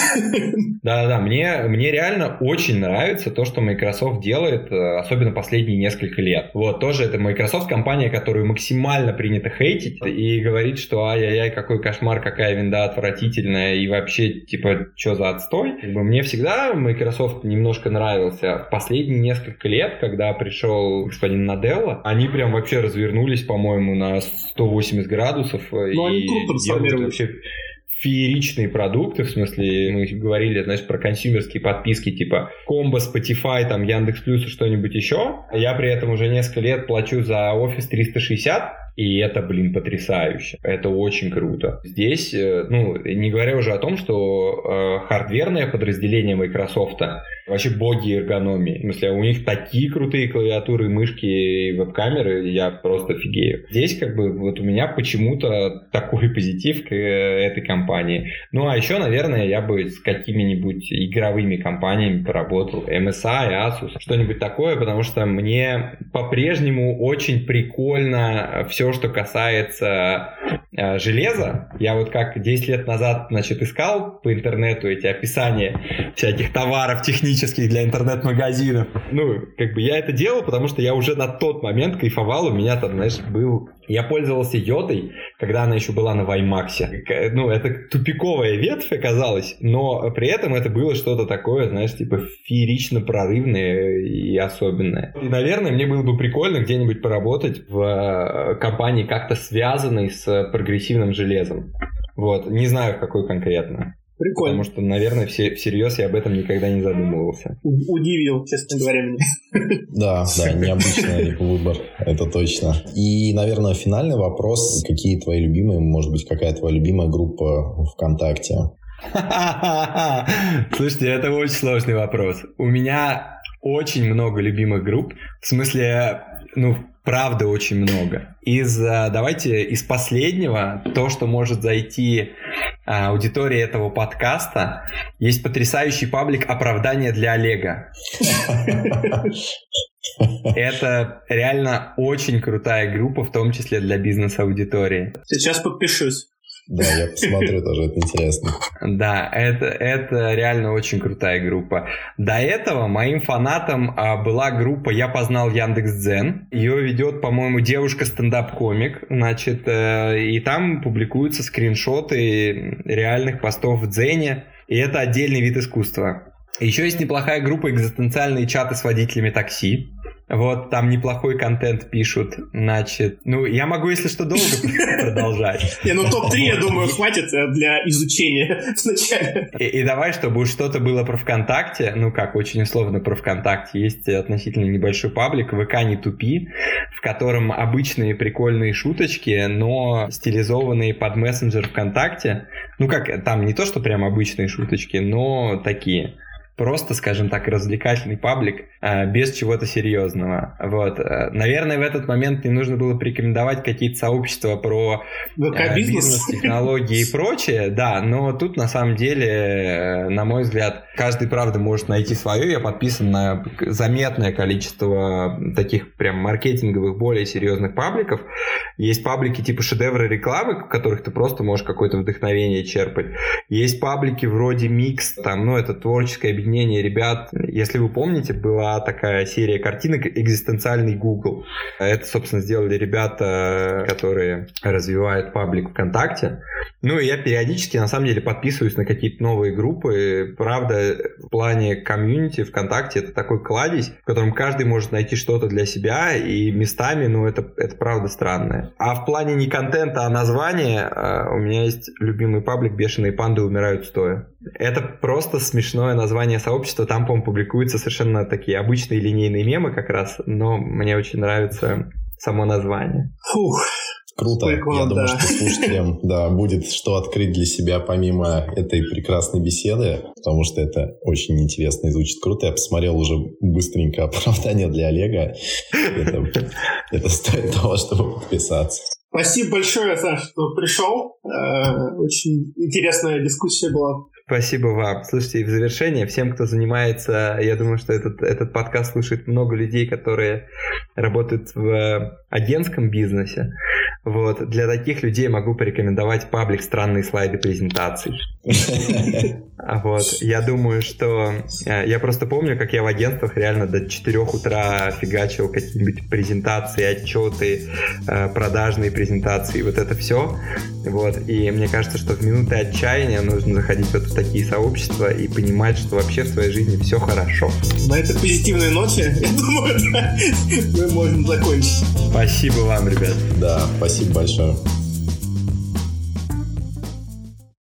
Да-да, мне, мне реально очень нравится то, что Microsoft делает, особенно последние несколько лет. Вот, тоже это Microsoft компания, которую максимально принято хейтить и говорить, что ай-яй-яй, какой кошмар, какая винда отвратительная, и вообще, типа, что за отстой. Как бы мне всегда Microsoft немножко нравился. В последние несколько лет, когда пришел господин Наделла, они прям вообще развернулись, по-моему, на сто восемьдесят градусов. Ну, и они круто делают вообще фееричные продукты, в смысле, мы говорили, знаешь, про консюмерские подписки, типа Комбо, Spotify, там, Яндекс.Плюс и что-нибудь еще. Я при этом уже несколько лет плачу за Office триста шестьдесят, И это, блин, потрясающе. Это очень круто. Здесь, ну, не говоря уже о том, что э, хардверное подразделение Microsoft вообще боги эргономии. В смысле, у них такие крутые клавиатуры, мышки и веб-камеры, я просто офигею. Здесь как бы вот у меня почему-то такой позитив к этой компании. Ну, а еще, наверное, я бы с какими-нибудь игровыми компаниями поработал. эм эс ай, Asus, что-нибудь такое, потому что мне по-прежнему очень прикольно все, что касается э, железа. Я вот как десять лет назад, значит, искал по интернету эти описания всяких товаров технических для интернет-магазинов. Ну, как бы я это делал, потому что я уже на тот момент кайфовал. У меня там, знаешь, был... Я пользовался йодой, когда она еще была на Ваймаксе. Ну, это тупиковая ветвь оказалась, но при этом это было что-то такое, знаешь, типа феерично прорывное и особенное. И, наверное, мне было бы прикольно где-нибудь поработать в компании, как-то связанной с прогрессивным железом. Вот, не знаю, в какой конкретно. Прикольно. Потому что, наверное, все, всерьез я об этом никогда не задумывался. Удивил, честно говоря, меня. Да, да, необычный выбор, это точно. И, наверное, финальный вопрос. Какие твои любимые, может быть, какая твоя любимая группа ВКонтакте? Слушайте, это очень сложный вопрос. У меня очень много любимых групп. В смысле, ну, правда, очень много. Из, давайте, из последнего, то, что может зайти аудитории этого подкаста, есть потрясающий паблик «Оправдание для Олега». Это реально очень крутая группа, в том числе для бизнес-аудитории. Сейчас подпишусь. Да, я посмотрю тоже, это интересно. Да, это, это реально очень крутая группа. До этого моим фанатом а, была группа «Я познал Яндекс.Дзен». Ее ведет, по-моему, девушка-стендап-комик, значит, э, и там публикуются скриншоты реальных постов в Дзене, и это отдельный вид искусства. Еще есть неплохая группа «Экзистенциальные чаты с водителями такси». Вот, там неплохой контент пишут, значит... Ну, я могу, если что, долго продолжать. Не, ну топ-три, я думаю, хватит для изучения вначале. И давай, чтобы уж что-то было про ВКонтакте, ну как, очень условно про ВКонтакте, есть относительно небольшой паблик «ВК не тупи», в котором обычные прикольные шуточки, но стилизованные под мессенджер ВКонтакте. Ну как, там не то, что прям обычные шуточки, но такие... Просто, скажем так, развлекательный паблик э, без чего-то серьезного. Вот. Наверное, в этот момент мне нужно было порекомендовать какие-то сообщества про э, бизнес, технологии и прочее. Да, но тут на самом деле, э, на мой взгляд, каждый, правда, может найти свое. Я подписан на заметное количество таких прям маркетинговых, более серьезных пабликов. Есть паблики типа «Шедевры рекламы», в которых ты просто можешь какое-то вдохновение черпать. Есть паблики вроде «Микс», там, ну, это творческое объединение ребят. Если вы помните, была такая серия картинок «Экзистенциальный Google». Это, собственно, сделали ребята, которые развивают паблик ВКонтакте. Ну, и я периодически, на самом деле, подписываюсь на какие-то новые группы. Правда, в плане комьюнити ВКонтакте это такой кладезь, в котором каждый может найти что-то для себя, и местами, ну, это, это правда странное. А в плане не контента, а названия, у меня есть любимый паблик «Бешеные панды умирают стоя». Это просто смешное название сообщества. Там, по-моему, публикуются совершенно такие обычные линейные мемы как раз, но мне очень нравится само название. Фух. Круто. Прикольно, Я думаю, да. что слушателям да, будет что открыть для себя помимо этой прекрасной беседы, потому что это очень интересно и звучит круто. Я посмотрел уже быстренько «Оправдание для Олега». Это, это стоит того, чтобы подписаться. Спасибо большое, Саша, что пришел. Очень интересная дискуссия была. Спасибо вам. Слушайте, и в завершение, всем, кто занимается, я думаю, что этот, этот подкаст слушает много людей, которые работают в агентском бизнесе. Вот. Для таких людей могу порекомендовать паблик «Странные слайды презентаций». Вот. Я думаю, что... Я просто помню, как я в агентствах реально до четырех утра фигачил какие-нибудь презентации, отчеты, продажные презентации, вот это все. Вот. И мне кажется, что в минуты отчаяния нужно заходить вот в такие сообщества и понимать, что вообще в своей жизни все хорошо. На этой позитивной ноте, я думаю, да, мы можем закончить. Спасибо вам, ребят. Да, спасибо большое.